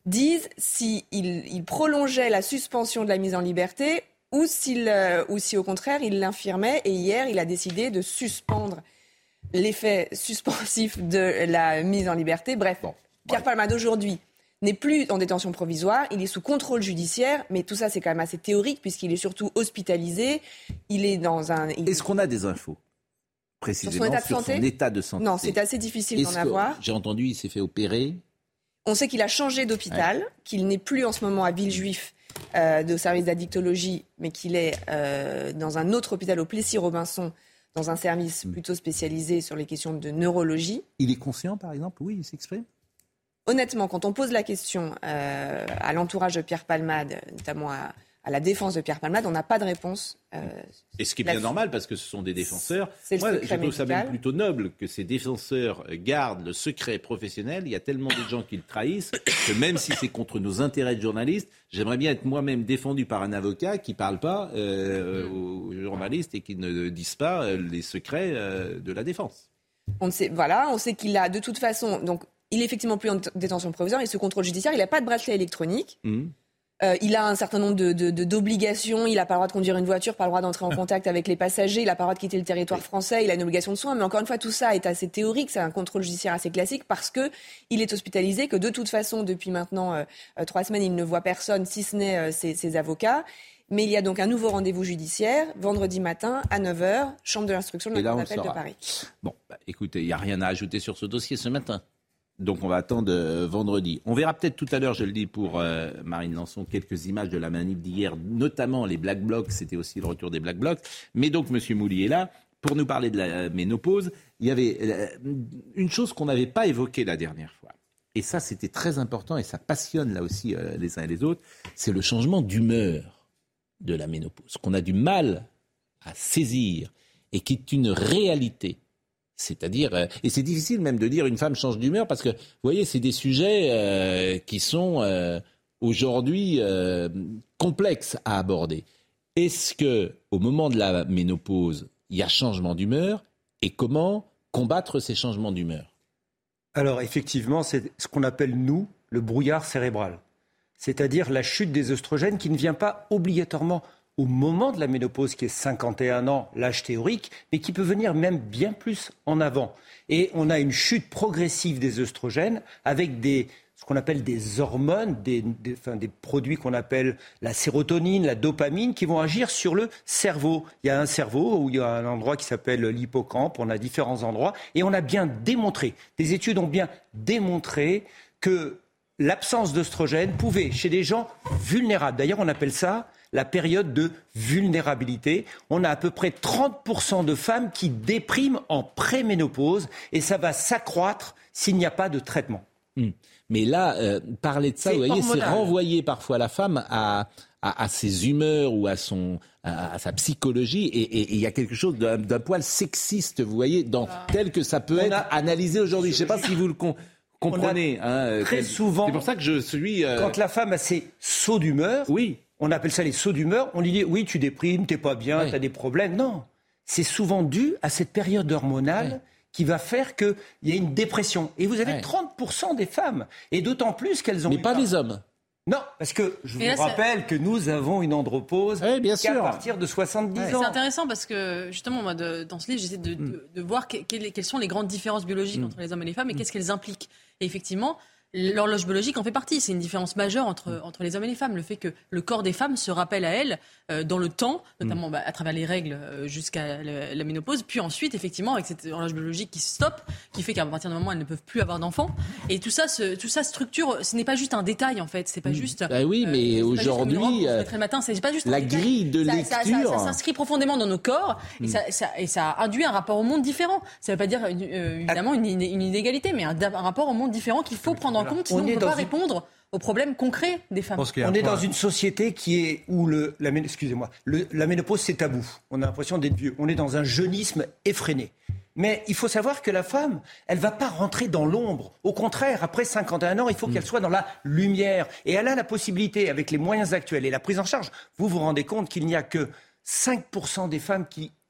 disent s'il il prolongeait la suspension de la mise en liberté ou, s'il, euh, ou si au contraire il l'infirmait. Et hier, il a décidé de suspendre l'effet suspensif de la mise en liberté. Bref, bon, Pierre ouais. Palmade aujourd'hui n'est plus en détention provisoire, il est sous contrôle judiciaire, mais tout ça c'est quand même assez théorique puisqu'il est surtout hospitalisé. Il est dans un. Il... Est-ce qu'on a des infos précisément sur son état de sur santé, son état de santé? Non, c'est assez difficile Est-ce d'en avoir. J'ai entendu, il s'est fait opérer. On sait qu'il a changé d'hôpital, ouais. qu'il n'est plus en ce moment à Villejuif euh, de service d'addictologie, mais qu'il est euh, dans un autre hôpital au Plessis-Robinson, dans un service plutôt spécialisé sur les questions de neurologie. Il est conscient, par exemple? Oui, il s'exprime? Honnêtement, quand on pose la question euh, à l'entourage de Pierre Palmade, notamment à, à la défense de Pierre Palmade, on n'a pas de réponse. Euh, Et ce qui est bien normal, parce que ce sont des défenseurs. C'est Moi, le je trouve médical. ça même plutôt noble que ces défenseurs gardent le secret professionnel. Il y a tellement de gens qui le trahissent que même si c'est contre nos intérêts de journalistes, j'aimerais bien être moi-même défendu par un avocat qui ne parle pas euh, aux journalistes et qui ne dise pas les secrets euh, de la défense. On sait, voilà, on sait qu'il a de toute façon... Donc, il est effectivement plus en détention provisoire, il se contrôle judiciaire, il n'a pas de bracelet électronique. Mmh. Euh, il a un certain nombre de, de, de, d'obligations, il n'a pas le droit de conduire une voiture, pas le droit d'entrer en contact avec les passagers, il n'a pas le droit de quitter le territoire français, il a une obligation de soins. Mais encore une fois, tout ça est assez théorique, c'est un contrôle judiciaire assez classique parce qu'il est hospitalisé, que de toute façon, depuis maintenant euh, trois semaines, il ne voit personne, si ce n'est euh, ses, ses avocats. Mais il y a donc un nouveau rendez-vous judiciaire, vendredi matin à neuf heures, chambre de l'instruction de la Cour d'appel de Paris. Bon, bah, écoutez, il n'y a rien à ajouter sur ce dossier ce matin. Donc on va attendre euh, vendredi. On verra peut-être tout à l'heure, je le dis pour euh, Marine Lançon, quelques images de la manif d'hier, notamment les Black Blocs, c'était aussi le retour des Black Blocs. Mais donc M. Mouly est là pour nous parler de la ménopause. Il y avait euh, une chose qu'on n'avait pas évoquée la dernière fois. Et ça, c'était très important et ça passionne là aussi euh, les uns et les autres. C'est le changement d'humeur de la ménopause, qu'on a du mal à saisir et qui est une réalité. C'est-à-dire, euh, et c'est difficile même de dire une femme change d'humeur parce que, vous voyez, c'est des sujets euh, qui sont euh, aujourd'hui euh, complexes à aborder. Est-ce que, au moment de la ménopause, il y a changement d'humeur et comment combattre ces changements d'humeur? Alors, effectivement, c'est ce qu'on appelle, nous, le brouillard cérébral. C'est-à-dire la chute des œstrogènes qui ne vient pas obligatoirement au moment de la ménopause, qui est cinquante et un ans, l'âge théorique, mais qui peut venir même bien plus en avant. Et on a une chute progressive des œstrogènes avec des, ce qu'on appelle des hormones, des, des, enfin, des produits qu'on appelle la sérotonine, la dopamine, qui vont agir sur le cerveau. Il y a un cerveau où il y a un endroit qui s'appelle l'hippocampe, on a différents endroits, et on a bien démontré, des études ont bien démontré que l'absence d'œstrogènes pouvait, chez des gens vulnérables, d'ailleurs on appelle ça la période de vulnérabilité. On a à peu près trente pour cent de femmes qui dépriment en préménopause et ça va s'accroître s'il n'y a pas de traitement. Mmh. Mais là, euh, parler de ça, c'est vous voyez, hormonal. C'est renvoyer parfois la femme à, à, à ses humeurs ou à, son, à, à sa psychologie. Et il y a quelque chose d'un, d'un poil sexiste, vous voyez, dans, ah. tel que ça peut on être a... analysé aujourd'hui. Je ne sais pas si vous le con, comprenez. Hein, très quel... souvent, c'est pour ça que je suis... Euh... Quand la femme a ses sauts d'humeur... Oui. On appelle ça les sauts d'humeur. On lui dit, oui, tu déprimes, t'es pas bien, oui. tu as des problèmes. Non, c'est souvent dû à cette période hormonale oui. qui va faire qu'il y a une dépression. Et vous avez oui. trente pour cent des femmes. Et d'autant plus qu'elles ont... Mais pas les hommes. Non, parce que je Et vous là, rappelle c'est... que nous avons une andropause oui, bien qu'à sûr. partir de soixante-dix ouais. ans. C'est intéressant parce que, justement, moi, de, dans ce livre, j'essaie de, mm. de, de voir que, quelles, quelles sont les grandes différences biologiques mm. entre les hommes et les femmes et mm. qu'est-ce qu'elles impliquent. Et effectivement... L'horloge biologique en fait partie. C'est une différence majeure entre, entre les hommes et les femmes. Le fait que le corps des femmes se rappelle à elles euh, dans le temps, notamment bah, à travers les règles euh, jusqu'à la, la ménopause. Puis ensuite, effectivement, avec cette horloge biologique qui stoppe, qui fait qu'à partir d'un moment, elles ne peuvent plus avoir d'enfants. Et tout ça, ce, tout ça structure. Ce n'est pas juste un détail en fait. C'est pas juste. Bah oui, mais euh, aujourd'hui, euh, le matin, c'est pas juste la grille de ça, lecture. Ça, ça, ça, ça s'inscrit profondément dans nos corps et, mm. ça, ça, et ça induit un rapport au monde différent. Ça ne veut pas dire euh, évidemment une, une inégalité, mais un, un rapport au monde différent qu'il faut prendre en compte. Sinon, on ne peut pas répondre aux problèmes concrets des femmes. On est dans une société qui est où le, la, excusez-moi, le, la ménopause c'est tabou. On a l'impression d'être vieux. On est dans un jeunisme effréné. Mais il faut savoir que la femme, elle ne va pas rentrer dans l'ombre. Au contraire, après cinquante et un ans, il faut mmh. qu'elle soit dans la lumière. Et elle a la possibilité, avec les moyens actuels et la prise en charge, vous vous rendez compte qu'il n'y a que cinq pour cent des femmes qui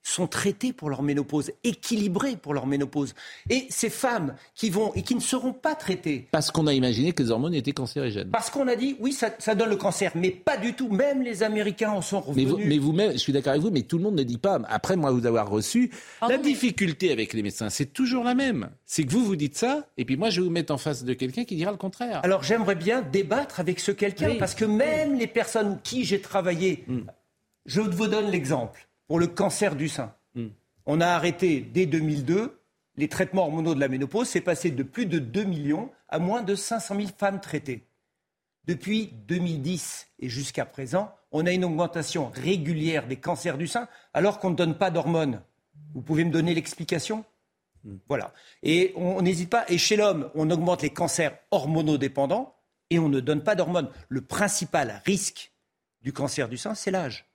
sont traitées pour leur ménopause, équilibrées pour leur ménopause. Et ces femmes qui vont et qui ne seront pas traitées... Parce qu'on a imaginé que les hormones étaient cancérigènes. Parce qu'on a dit, oui, ça, ça donne le cancer, mais pas du tout. Même les Américains en sont revenus. Mais, vous, mais vous-même, je suis d'accord avec vous, mais tout le monde ne dit pas. Après, moi, vous avoir reçu, Pardon, la difficulté mais... avec les médecins, c'est toujours la même. C'est que vous, vous dites ça, et puis moi, je vais vous mettre en face de quelqu'un qui dira le contraire. Alors, j'aimerais bien débattre avec ce quelqu'un, oui. parce que même les personnes avec qui j'ai travaillé, mm. je vous donne l'exemple. Pour le cancer du sein, mm. on a arrêté dès deux mille deux les traitements hormonaux de la ménopause. C'est passé de plus de deux millions à moins de cinq cent mille femmes traitées. Depuis deux mille dix et jusqu'à présent, on a une augmentation régulière des cancers du sein alors qu'on ne donne pas d'hormones. Vous pouvez me donner l'explication ? mm. Voilà. Et on n'hésite pas. Et chez l'homme, on augmente les cancers hormonodépendants et on ne donne pas d'hormones. Le principal risque du cancer du sein, c'est l'âge.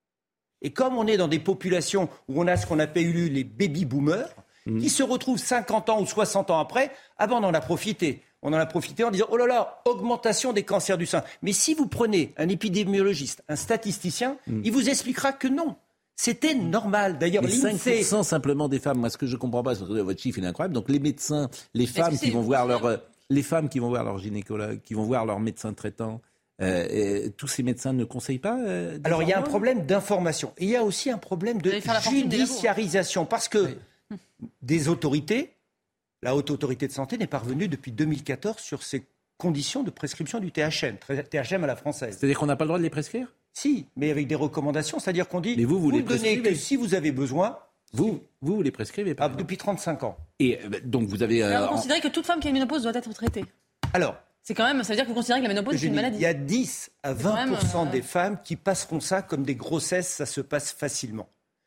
Et comme on est dans des populations où on a ce qu'on appelle les baby-boomers, mmh. qui se retrouvent cinquante ans ou soixante ans après, ah ben on en a profité. On en a profité en disant « Oh là là, augmentation des cancers du sein ». Mais si vous prenez un épidémiologiste, un statisticien, mmh. il vous expliquera que non. C'était normal. D'ailleurs, mais cinq pour cent simplement des femmes. Moi, ce que je ne comprends pas, c'est que votre chiffre il est incroyable. Donc les médecins, les femmes qui vont voir leur, euh, les femmes qui vont voir leur gynécologue, qui vont voir leur médecin traitant, Euh, tous ces médecins ne conseillent pas euh, Alors, il y a un problème d'information. Et il y a aussi un problème de judiciarisation. Parce que oui. des autorités, la Haute Autorité de Santé n'est pas revenue depuis deux mille quatorze sur ces conditions de prescription du T H M. T H M à la française. C'est-à-dire qu'on n'a pas le droit de les prescrire ? Si, mais avec des recommandations. C'est-à-dire qu'on dit, mais vous, vous, vous les donnez que si vous avez besoin... Vous, vous, vous les prescrivez pas. Ah, depuis trente-cinq ans. Et donc vous avez... Alors, vous euh, considérez que toute femme qui a une ménopause doit être traitée ? Alors... C'est quand même, ça veut dire que vous considérez que la ménopause, c'est une maladie. Il y a dix à vingt pour cent même, euh... des femmes qui passeront ça comme des grossesses, ça se passe facilement.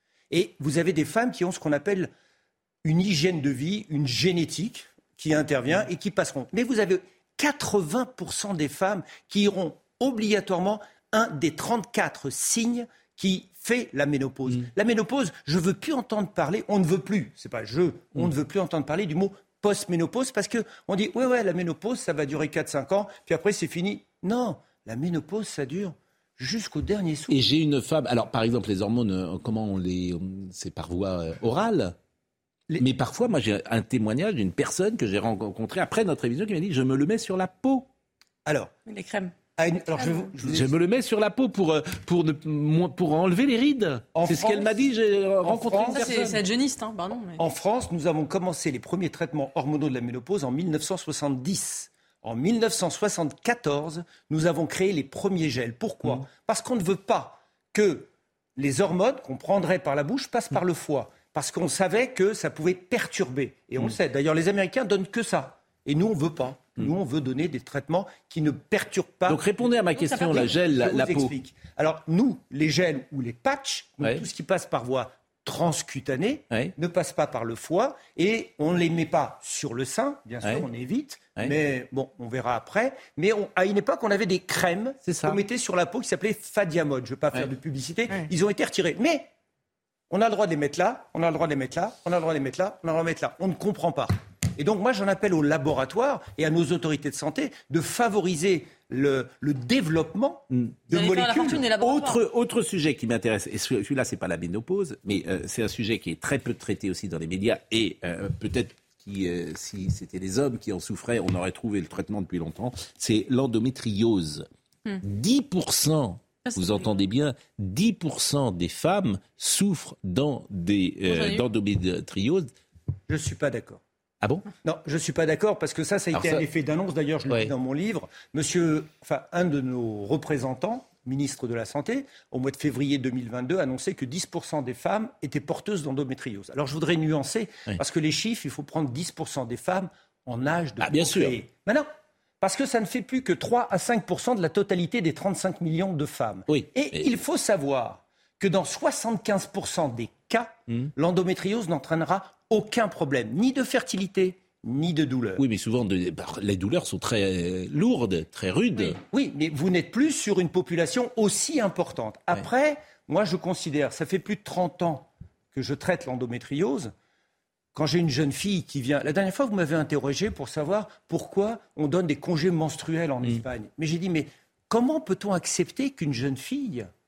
Et vous avez des femmes qui ont ce qu'on appelle une hygiène de vie, une génétique qui intervient et qui passeront. Mais vous avez quatre-vingts pour cent des femmes qui auront obligatoirement un des trente-quatre signes qui fait la ménopause. Mmh. La ménopause, je ne veux plus entendre parler, on ne veut plus, c'est pas je, on mmh. ne veut plus entendre parler du mot post-ménopause, parce qu'on dit, ouais, ouais, la ménopause, ça va durer quatre à cinq ans, puis après, c'est fini. Non, la ménopause, ça dure jusqu'au dernier souffle. Et j'ai une femme, alors par exemple, les hormones, comment on les... C'est par voie orale les... Mais parfois, moi, j'ai un témoignage d'une personne que j'ai rencontrée après notre émission qui m'a dit, je me le mets sur la peau. Alors les crèmes. Une... Alors, je, je, je me le mets sur la peau pour, pour, ne, pour enlever les rides. En c'est France, ce qu'elle m'a dit, j'ai rencontré France, une personne. C'est, c'est être jeuniste, hein, pardon. Mais... En France, nous avons commencé les premiers traitements hormonaux de la ménopause en dix-neuf cent soixante-dix. En dix-neuf cent soixante-quatorze, nous avons créé les premiers gels. Pourquoi ? mmh. Parce qu'on ne veut pas que les hormones qu'on prendrait par la bouche passent mmh. par le foie. Parce qu'on savait que ça pouvait perturber. Et on mmh. le sait. D'ailleurs, les Américains donnent que ça. Et nous, on ne veut pas. Nous, on veut donner des traitements qui ne perturbent pas. Donc, répondez à ma question, la gel, la, la peau. Explique. Alors, nous, les gels ou les patchs, donc ouais. tout ce qui passe par voie transcutanée, ouais. ne passe pas par le foie et on ne les met pas sur le sein, bien sûr, ouais. on évite, ouais. mais bon, on verra après. Mais on, à une époque, on avait des crèmes qu'on mettait sur la peau qui s'appelaient Fadiamode. Je ne veux pas faire ouais. de publicité. Ouais. Ils ont été retirés. Mais on a le droit de les mettre là, on a le droit de les mettre là, on a le droit de les mettre là, on a le droit de les mettre là. On ne comprend pas. Et donc, moi, j'en appelle aux laboratoires et à nos autorités de santé de favoriser le, le développement mmh. de molécules. Autre, autre sujet qui m'intéresse, et celui-là, c'est pas la ménopause, mais euh, c'est un sujet qui est très peu traité aussi dans les médias et euh, peut-être qui, euh, si c'était les hommes qui en souffraient, on aurait trouvé le traitement depuis longtemps, c'est l'endométriose. Mmh. dix pour cent, vous entendez bien, dix pour cent des femmes souffrent dans des, euh, d'endométriose. Je ne suis pas d'accord. Ah bon ? Non, je ne suis pas d'accord parce que ça, ça a été ça... un effet d'annonce. D'ailleurs, je le ouais. dis dans mon livre. Monsieur, enfin, un de nos représentants, ministre de la Santé, au mois de février deux mille vingt-deux, annonçait que dix pour cent des femmes étaient porteuses d'endométriose. Alors, je voudrais nuancer oui. parce que les chiffres, il faut prendre dix pour cent des femmes en âge de ah, bien sûr. Mais non, parce que ça ne fait plus que trois à cinq pour cent de la totalité des trente-cinq millions de femmes. Oui. Et mais... il faut savoir que dans soixante-quinze pour cent des cas, mmh. l'endométriose n'entraînera aucun problème, ni de fertilité, ni de douleur. Oui, mais souvent, de, bah, les douleurs sont très lourdes, très rudes. Oui, oui, mais vous n'êtes plus sur une population aussi importante. Après, ouais. moi, je considère, ça fait plus de trente ans que je traite l'endométriose. Quand j'ai une jeune fille qui vient... La dernière fois, vous m'avez interrogé pour savoir pourquoi on donne des congés menstruels en mmh. Espagne. Mais j'ai dit, mais comment peut-on accepter qu'une jeune fille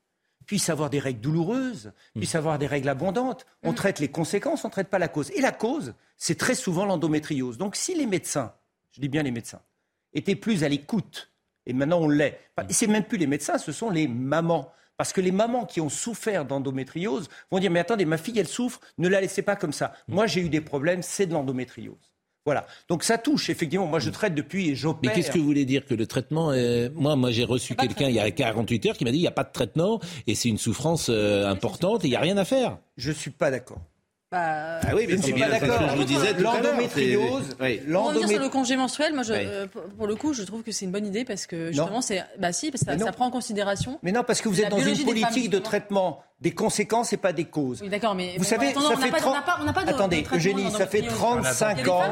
puissent avoir des règles douloureuses, puissent avoir des règles abondantes. On traite les conséquences, on ne traite pas la cause. Et la cause, c'est très souvent l'endométriose. Donc si les médecins, je dis bien les médecins, étaient plus à l'écoute, et maintenant on l'est, et c'est même plus les médecins, ce sont les mamans. Parce que les mamans qui ont souffert d'endométriose vont dire « mais attendez, ma fille, elle souffre, ne la laissez pas comme ça. Moi, j'ai eu des problèmes, c'est de l'endométriose. » Voilà. Donc ça touche, effectivement. Moi, je traite depuis et j'opère. Mais qu'est-ce que vous voulez dire que le traitement est... Moi, moi, j'ai reçu quelqu'un il y a quarante-huit heures qui m'a dit il n'y a pas de traitement et c'est une souffrance euh, importante et il n'y a rien à faire. Je ne suis pas d'accord. Bah, ah oui, mais c'est bien d'accord. Je vous disais tout à l'heure. L'endométriose. Oui. Pour revenir sur le congé menstruel, moi, je, oui. euh, pour le coup, je trouve que c'est une bonne idée parce que justement, non. c'est, bah si, parce que ça, ça prend en considération. Mais non, parce que vous êtes dans une politique de traitement des conséquences et pas des causes. Oui, d'accord, mais vous bon, savez, attends, ça on fait pas, trente. On n'a pas, on n'a pas de, Attendez, de Eugénie, ça fait trente-cinq ans.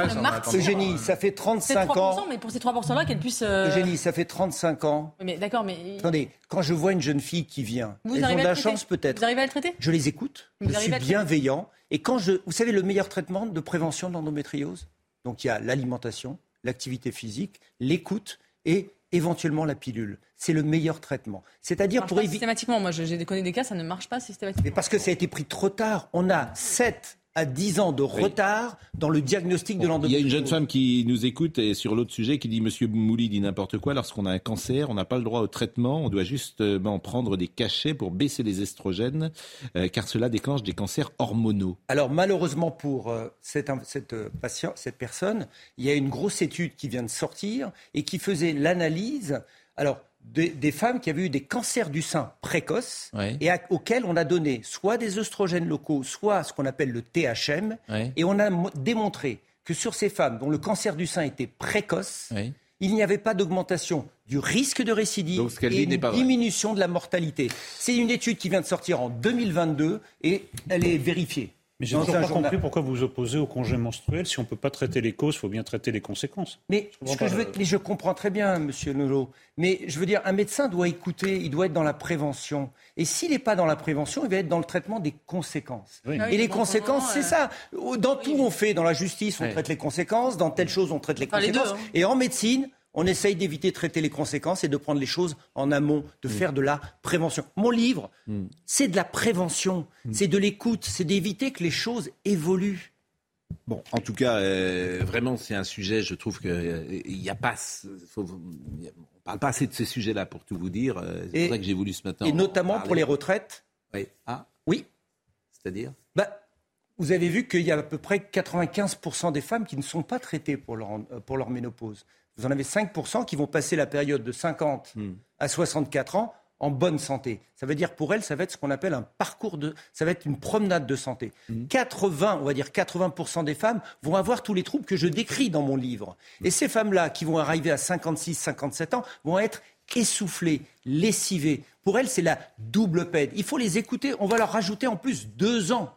Eugénie, ça fait trente-cinq ans. Mais pour ces trois pour cent là, qu'elles puissent. Euh... Eugénie, ça fait trente-cinq ans. Mais d'accord, mais. Attendez, quand je vois une jeune fille qui vient, vous elles ont de la chance traiter. peut-être. Vous arrivez à le traiter? Je les écoute. Vous je suis bienveillant. Et quand je, vous savez, le meilleur traitement de prévention de l'endométriose, donc il y a l'alimentation, l'activité physique, l'écoute et éventuellement la pilule. C'est le meilleur traitement. C'est-à-dire pour éviter. Systématiquement, moi j'ai connu des cas, ça ne marche pas systématiquement. Mais parce que ça a été pris trop tard. On a sept à dix ans de retard oui. dans le diagnostic bon, de l'endométriose. Il y a une jeune femme qui nous écoute et sur l'autre sujet qui dit Monsieur Mouli dit n'importe quoi. Lorsqu'on a un cancer, on n'a pas le droit au traitement. On doit justement prendre des cachets pour baisser les estrogènes, euh, car cela déclenche des cancers hormonaux. Alors malheureusement pour euh, cette, cette, euh, patient, cette personne, il y a une grosse étude qui vient de sortir et qui faisait l'analyse. Alors Des, des femmes qui avaient eu des cancers du sein précoces ouais. et à, auxquelles on a donné soit des œstrogènes locaux, soit ce qu'on appelle le T H M. Ouais. Et on a mo- démontré que sur ces femmes dont le cancer du sein était précoce, ouais. il n'y avait pas d'augmentation du risque de récidive Donc, ce qu'elle et dit une pas diminution de la mortalité. C'est une étude qui vient de sortir en deux mille vingt-deux et elle est vérifiée. Mais j'ai toujours pas compris pourquoi vous vous opposez au congé menstruel. Si on ne peut pas traiter les causes, il faut bien traiter les conséquences. Mais je, ce que je, veux, mais je comprends très bien, Monsieur Nolot. Mais je veux dire, un médecin doit écouter, il doit être dans la prévention. Et s'il n'est pas dans la prévention, il va être dans le traitement des conséquences. Oui. Et les conséquences, c'est ça. Dans tout, on fait. Dans la justice, on oui. traite les conséquences. Dans telle chose, on traite les enfin, conséquences. Les deux, hein. Et en médecine, on essaye d'éviter de traiter les conséquences et de prendre les choses en amont, de mmh. faire de la prévention. Mon livre, mmh. c'est de la prévention, mmh. c'est de l'écoute, c'est d'éviter que les choses évoluent. Bon, en tout cas, euh, vraiment, c'est un sujet, je trouve qu'il n'y euh, a pas... Faut, on ne parle pas assez de ces sujets-là, pour tout vous dire. C'est et, pour ça que j'ai voulu ce matin... Et notamment parler. Pour les retraites. Oui. Ah. Oui. C'est-à-dire bah, vous avez vu qu'il y a à peu près quatre-vingt-quinze pour cent des femmes qui ne sont pas traitées pour leur, pour leur ménopause. Vous en avez cinq pour cent qui vont passer la période de cinquante mmh. à soixante-quatre ans en bonne santé. Ça veut dire pour elles, ça va être ce qu'on appelle un parcours de... Ça va être une promenade de santé. Mmh. quatre-vingts, on va dire quatre-vingts pour cent des femmes vont avoir tous les troubles que je décris dans mon livre. Mmh. Et ces femmes-là qui vont arriver à cinquante-six, cinquante-sept ans vont être essoufflées, lessivées. Pour elles, c'est la double peine. Il faut les écouter. On va leur rajouter en plus deux ans.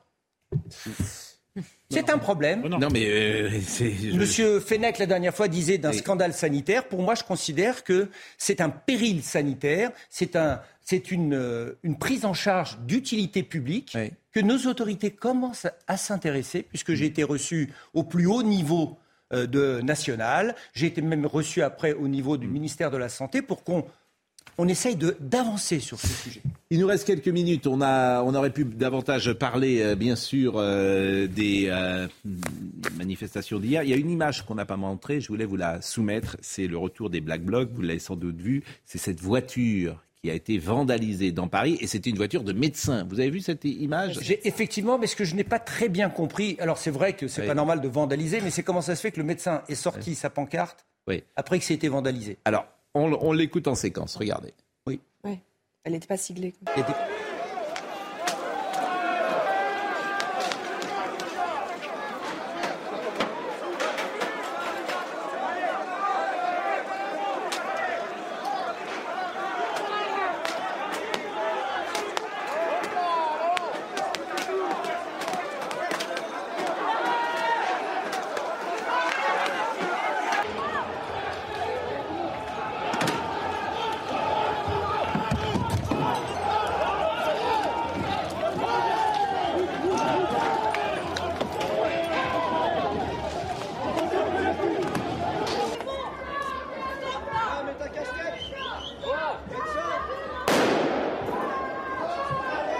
C'est un problème. Non, mais euh, c'est, je... Monsieur Fenech, la dernière fois, disait d'un oui. scandale sanitaire. Pour moi, je considère que c'est un péril sanitaire, c'est, un, c'est une, euh, une prise en charge d'utilité publique oui. que nos autorités commencent à, à s'intéresser, puisque j'ai été reçu au plus haut niveau euh, de, national. J'ai été même reçu après au niveau du ministère de la Santé pour qu'on on essaye de, d'avancer sur ce sujet. Il nous reste quelques minutes. On, a, on aurait pu davantage parler, euh, bien sûr, euh, des euh, manifestations d'hier. Il y a une image qu'on n'a pas montrée. Je voulais vous la soumettre. C'est le retour des Black Blocs. Vous l'avez sans doute vu. C'est cette voiture qui a été vandalisée dans Paris. Et c'était une voiture de médecin. Vous avez vu cette image ? J'ai, Effectivement, mais ce que je n'ai pas très bien compris... Alors, c'est vrai que c'est oui. pas normal de vandaliser, mais c'est comment ça se fait que le médecin ait sorti oui. sa pancarte oui. après que ça ait été vandalisé. Alors... On, on l'écoute en séquence, regardez. Oui. Oui, elle n'était pas siglée.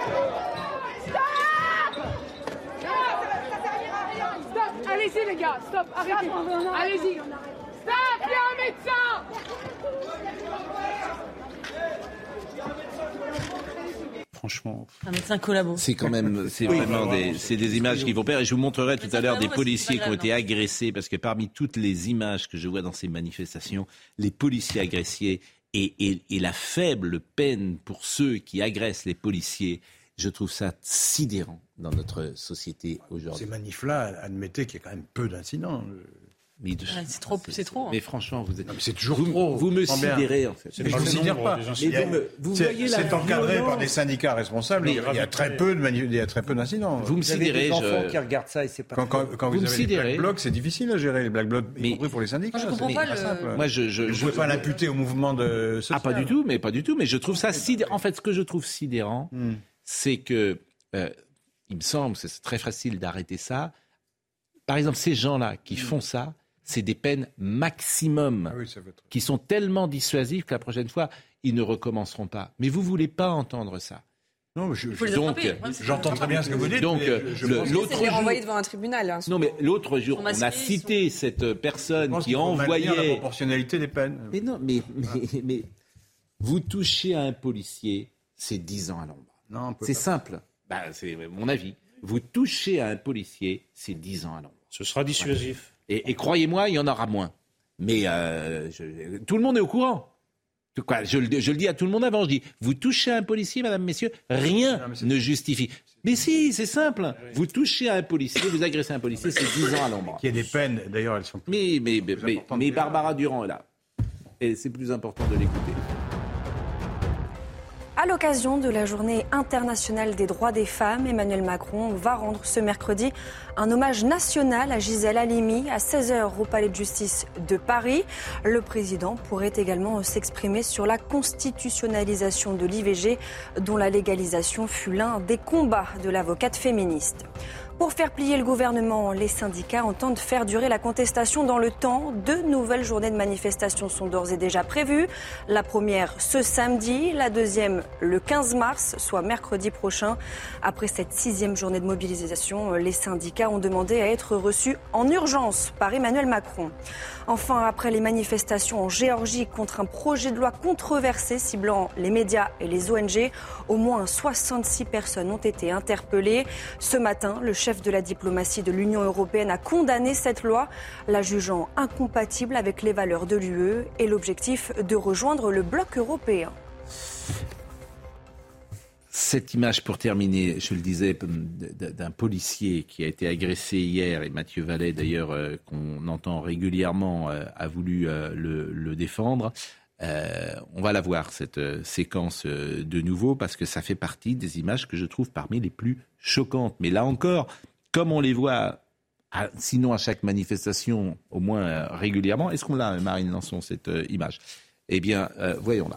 Allez-y les gars, stop, arrêtez. Allez-y. Stop, il y a un médecin. Franchement. Un médecin collabo. C'est quand même, c'est oui, vraiment des, c'est des images qui vont perdre. Et je vous montrerai tout à l'heure des policiers qui ont été agressés, parce que parmi toutes les images que je vois dans ces manifestations, les policiers agressés et, et, et la faible peine pour ceux qui agressent les policiers, je trouve ça sidérant dans notre société aujourd'hui. Ces manifs-là, admettez qu'il y a quand même peu d'incidents. Mais de... c'est trop, c'est trop. Mais franchement, vous êtes... non, mais c'est toujours vous, trop. Vous me sidérez, en fait. Mais je ne vous sidère pas. Mais vous me, vous c'est, voyez c'est la encadré violence. par des syndicats responsables. Mais il y a très peu de manif... il y a très peu d'incidents. Vous me sidérez. Vous avez des enfants je... qui regardent ça et c'est pas. Quand, quand, quand vous, vous avez sidérez. les black blocs, c'est difficile à gérer les black blocs, y mais... compris pour les syndicats. Moi, je comprends c'est pas pas le... simple. Moi, je, je, je, je ne peux pas l'imputer au mouvement de. Social. Ah, pas du tout, mais pas du tout. Mais je trouve ça sidérant. En fait, ce que je trouve sidérant, hmm. c'est que euh, il me semble, c'est très facile d'arrêter ça. Par exemple, ces gens-là qui font ça. C'est des peines maximum ah oui, ça être... qui sont tellement dissuasives que la prochaine fois, ils ne recommenceront pas. Mais vous ne voulez pas entendre ça. Non, mais je, je, donc, j'entends très bien ce que vous dites. Donc, je, je le, l'autre c'est jour, renvoyer devant un tribunal. Hein, non, mais l'autre jour, on a cité sont... cette personne qui envoyait la proportionnalité des peines. Mais non, mais, mais, mais vous touchez à un policier, c'est dix ans à l'ombre. Non, c'est pas. simple. Bah, c'est mon avis. Vous touchez à un policier, c'est dix ans à l'ombre. Ce sera dissuasif. Ouais. Et, et croyez-moi, il y en aura moins. Mais euh, je, tout le monde est au courant. Quoi, je, je le dis à tout le monde avant, je dis, vous touchez à un policier, madame, messieurs, rien non, ne justifie. Mais si, c'est simple. Vous touchez à un policier, vous agressez un policier, c'est dix ans à l'ombre. Il y a des peines, d'ailleurs, elles sont plus Mais, mais, mais, mais, mais Barbara Durand est là. Et c'est plus important de l'écouter. À l'occasion de la journée internationale des droits des femmes, Emmanuel Macron va rendre ce mercredi un hommage national à Gisèle Halimi à seize heures au Palais de justice de Paris. Le président pourrait également s'exprimer sur la constitutionnalisation de l'I V G, dont la légalisation fut l'un des combats de l'avocate féministe. Pour faire plier le gouvernement, les syndicats entendent faire durer la contestation dans le temps. Deux nouvelles journées de manifestation sont d'ores et déjà prévues. La première ce samedi, la deuxième le quinze mars, soit mercredi prochain. Après cette sixième journée de mobilisation, les syndicats ont demandé à être reçus en urgence par Emmanuel Macron. Enfin, après les manifestations en Géorgie contre un projet de loi controversé ciblant les médias et les O N G, au moins soixante-six personnes ont été interpellées. Ce matin, le chef de la diplomatie de l'Union européenne a condamné cette loi, la jugeant incompatible avec les valeurs de l'U E et l'objectif de rejoindre le bloc européen. Cette image, pour terminer, je le disais, d'un policier qui a été agressé hier, et Mathieu Vallet, d'ailleurs, euh, qu'on entend régulièrement, euh, a voulu euh, le, le défendre. Euh, on va la voir, cette euh, séquence euh, de nouveau, parce que ça fait partie des images que je trouve parmi les plus choquantes. Mais là encore, comme on les voit, à, sinon à chaque manifestation, au moins euh, régulièrement, est-ce qu'on l'a, Marine Lançon, cette euh, image ? Eh bien, euh, voyons-la.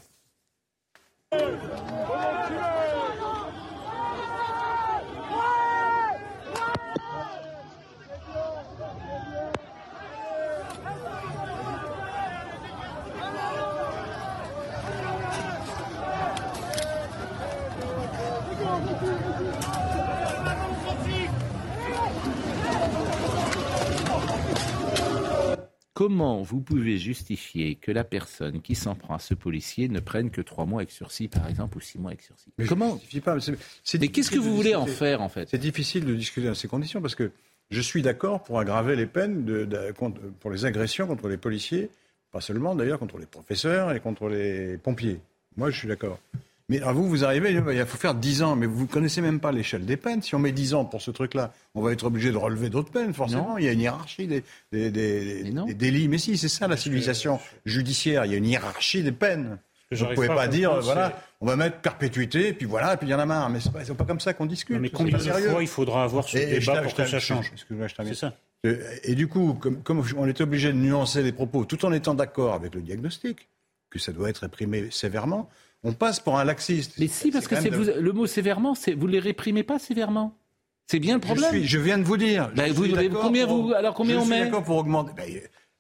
Comment vous pouvez justifier que la personne qui s'en prend à ce policier ne prenne que trois mois avec sursis, par exemple, ou six mois avec sursis ? Mais Comment ? Je ne justifie pas. C'est, c'est mais qu'est-ce que vous voulez en faire, en fait ? C'est difficile de discuter dans ces conditions, parce que je suis d'accord pour aggraver les peines de, de, contre, pour les agressions contre les policiers, pas seulement d'ailleurs contre les professeurs et contre les pompiers. Moi, je suis d'accord. Mais alors vous, vous arrivez, il faut faire dix ans, mais vous ne connaissez même pas l'échelle des peines. Si on met dix ans pour ce truc-là, on va être obligé de relever d'autres peines, forcément. Non. Il y a une hiérarchie des, des, des, des délits. Mais si, c'est ça la civilisation judiciaire. Il y a une hiérarchie des peines. Vous ne pouvez pas, pas dire, euh, voilà, on va mettre perpétuité, et puis voilà, et puis il y en a marre. Mais ce n'est pas, pas comme ça qu'on discute. Non, mais combien de fois il faudra avoir ce et, débat et pour que ça change ? Excuse-moi, je C'est ça. Et du coup, comme, comme on était obligé de nuancer les propos, tout en étant d'accord avec le diagnostic, que ça doit être réprimé sévèrement, on passe pour un laxiste. Mais si, parce c'est que c'est de... vous, le mot sévèrement, c'est, vous ne les réprimez pas sévèrement. C'est bien le problème. Je, suis, je viens de vous dire. Ben vous, combien pour, vous, alors combien je on met ? Je suis d'accord pour augmenter. Ben,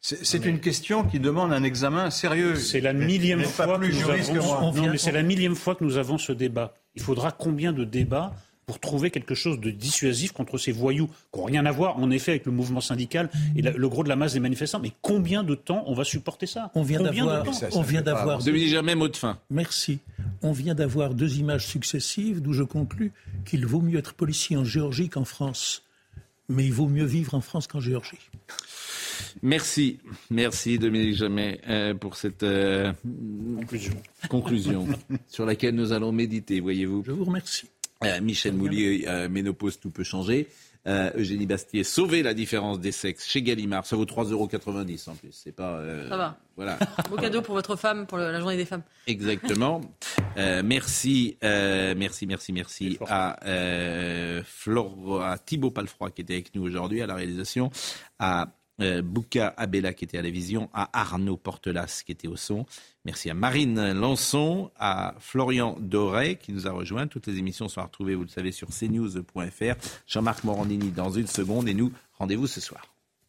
C'est, c'est mais... une question qui demande un examen sérieux. C'est la millième mais, fois que nous avons... Non, mais c'est la millième fois que nous avons ce débat. Il faudra combien de débats pour trouver quelque chose de dissuasif contre ces voyous qui n'ont rien à voir, en effet, avec le mouvement syndical et la, le gros de la masse des manifestants. Mais combien de temps on va supporter ça? On vient combien d'avoir... Ça, ça on vient d'avoir... Deux... jamais mot de fin. Merci. On vient d'avoir deux images successives d'où je conclus qu'il vaut mieux être policier en Géorgie qu'en France. Mais il vaut mieux vivre en France qu'en Géorgie. Merci, merci Dominique Jamais euh, pour cette euh, conclusion, conclusion sur laquelle nous allons méditer, voyez-vous. Je vous remercie. Euh, Michel Moulier, euh, ménopause, tout peut changer. Euh, Eugénie Bastier, sauver la différence des sexes chez Gallimard. Ça vaut trois euros quatre-vingt-dix en plus. C'est pas. Euh, Ça va. Voilà. Beau cadeau pour votre femme, pour le, la journée des femmes. Exactement. Euh, merci, euh, merci, merci, merci à, euh, Flore, à Thibaut Palfroy qui était avec nous aujourd'hui à la réalisation, à euh, Bouka Abella qui était à la vision, à Arnaud Portelas qui était au son. Merci à Marine Lançon, à Florian Doré qui nous a rejoint. Toutes les émissions sont à retrouver, vous le savez, sur c news point f r. Jean-Marc Morandini dans une seconde et nous, rendez-vous ce soir.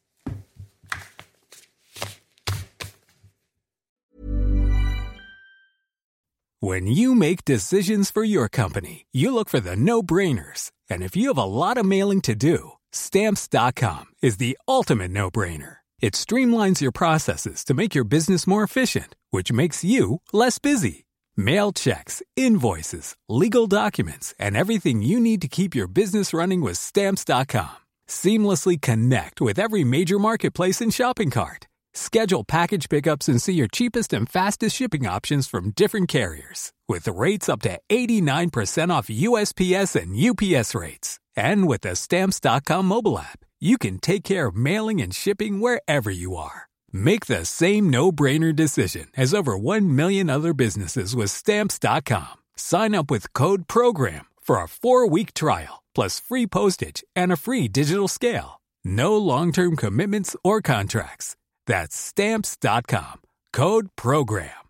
When you make decisions for your company, you look for the no-brainers. And if you have a lot of mailing to do, Stamps dot com is the ultimate no-brainer. It streamlines your processes to make your business more efficient, which makes you less busy. Mail checks, invoices, legal documents, and everything you need to keep your business running with Stamps dot com. Seamlessly connect with every major marketplace and shopping cart. Schedule package pickups and see your cheapest and fastest shipping options from different carriers. With rates up to eighty-nine percent off U S P S and U P S rates. And with the Stamps dot com mobile app, you can take care of mailing and shipping wherever you are. Make the same no-brainer decision as over one million other businesses with Stamps dot com. Sign up with code PROGRAM for a four-week trial, plus free postage and a free digital scale. No long-term commitments or contracts. That's Stamps dot com. Code PROGRAM.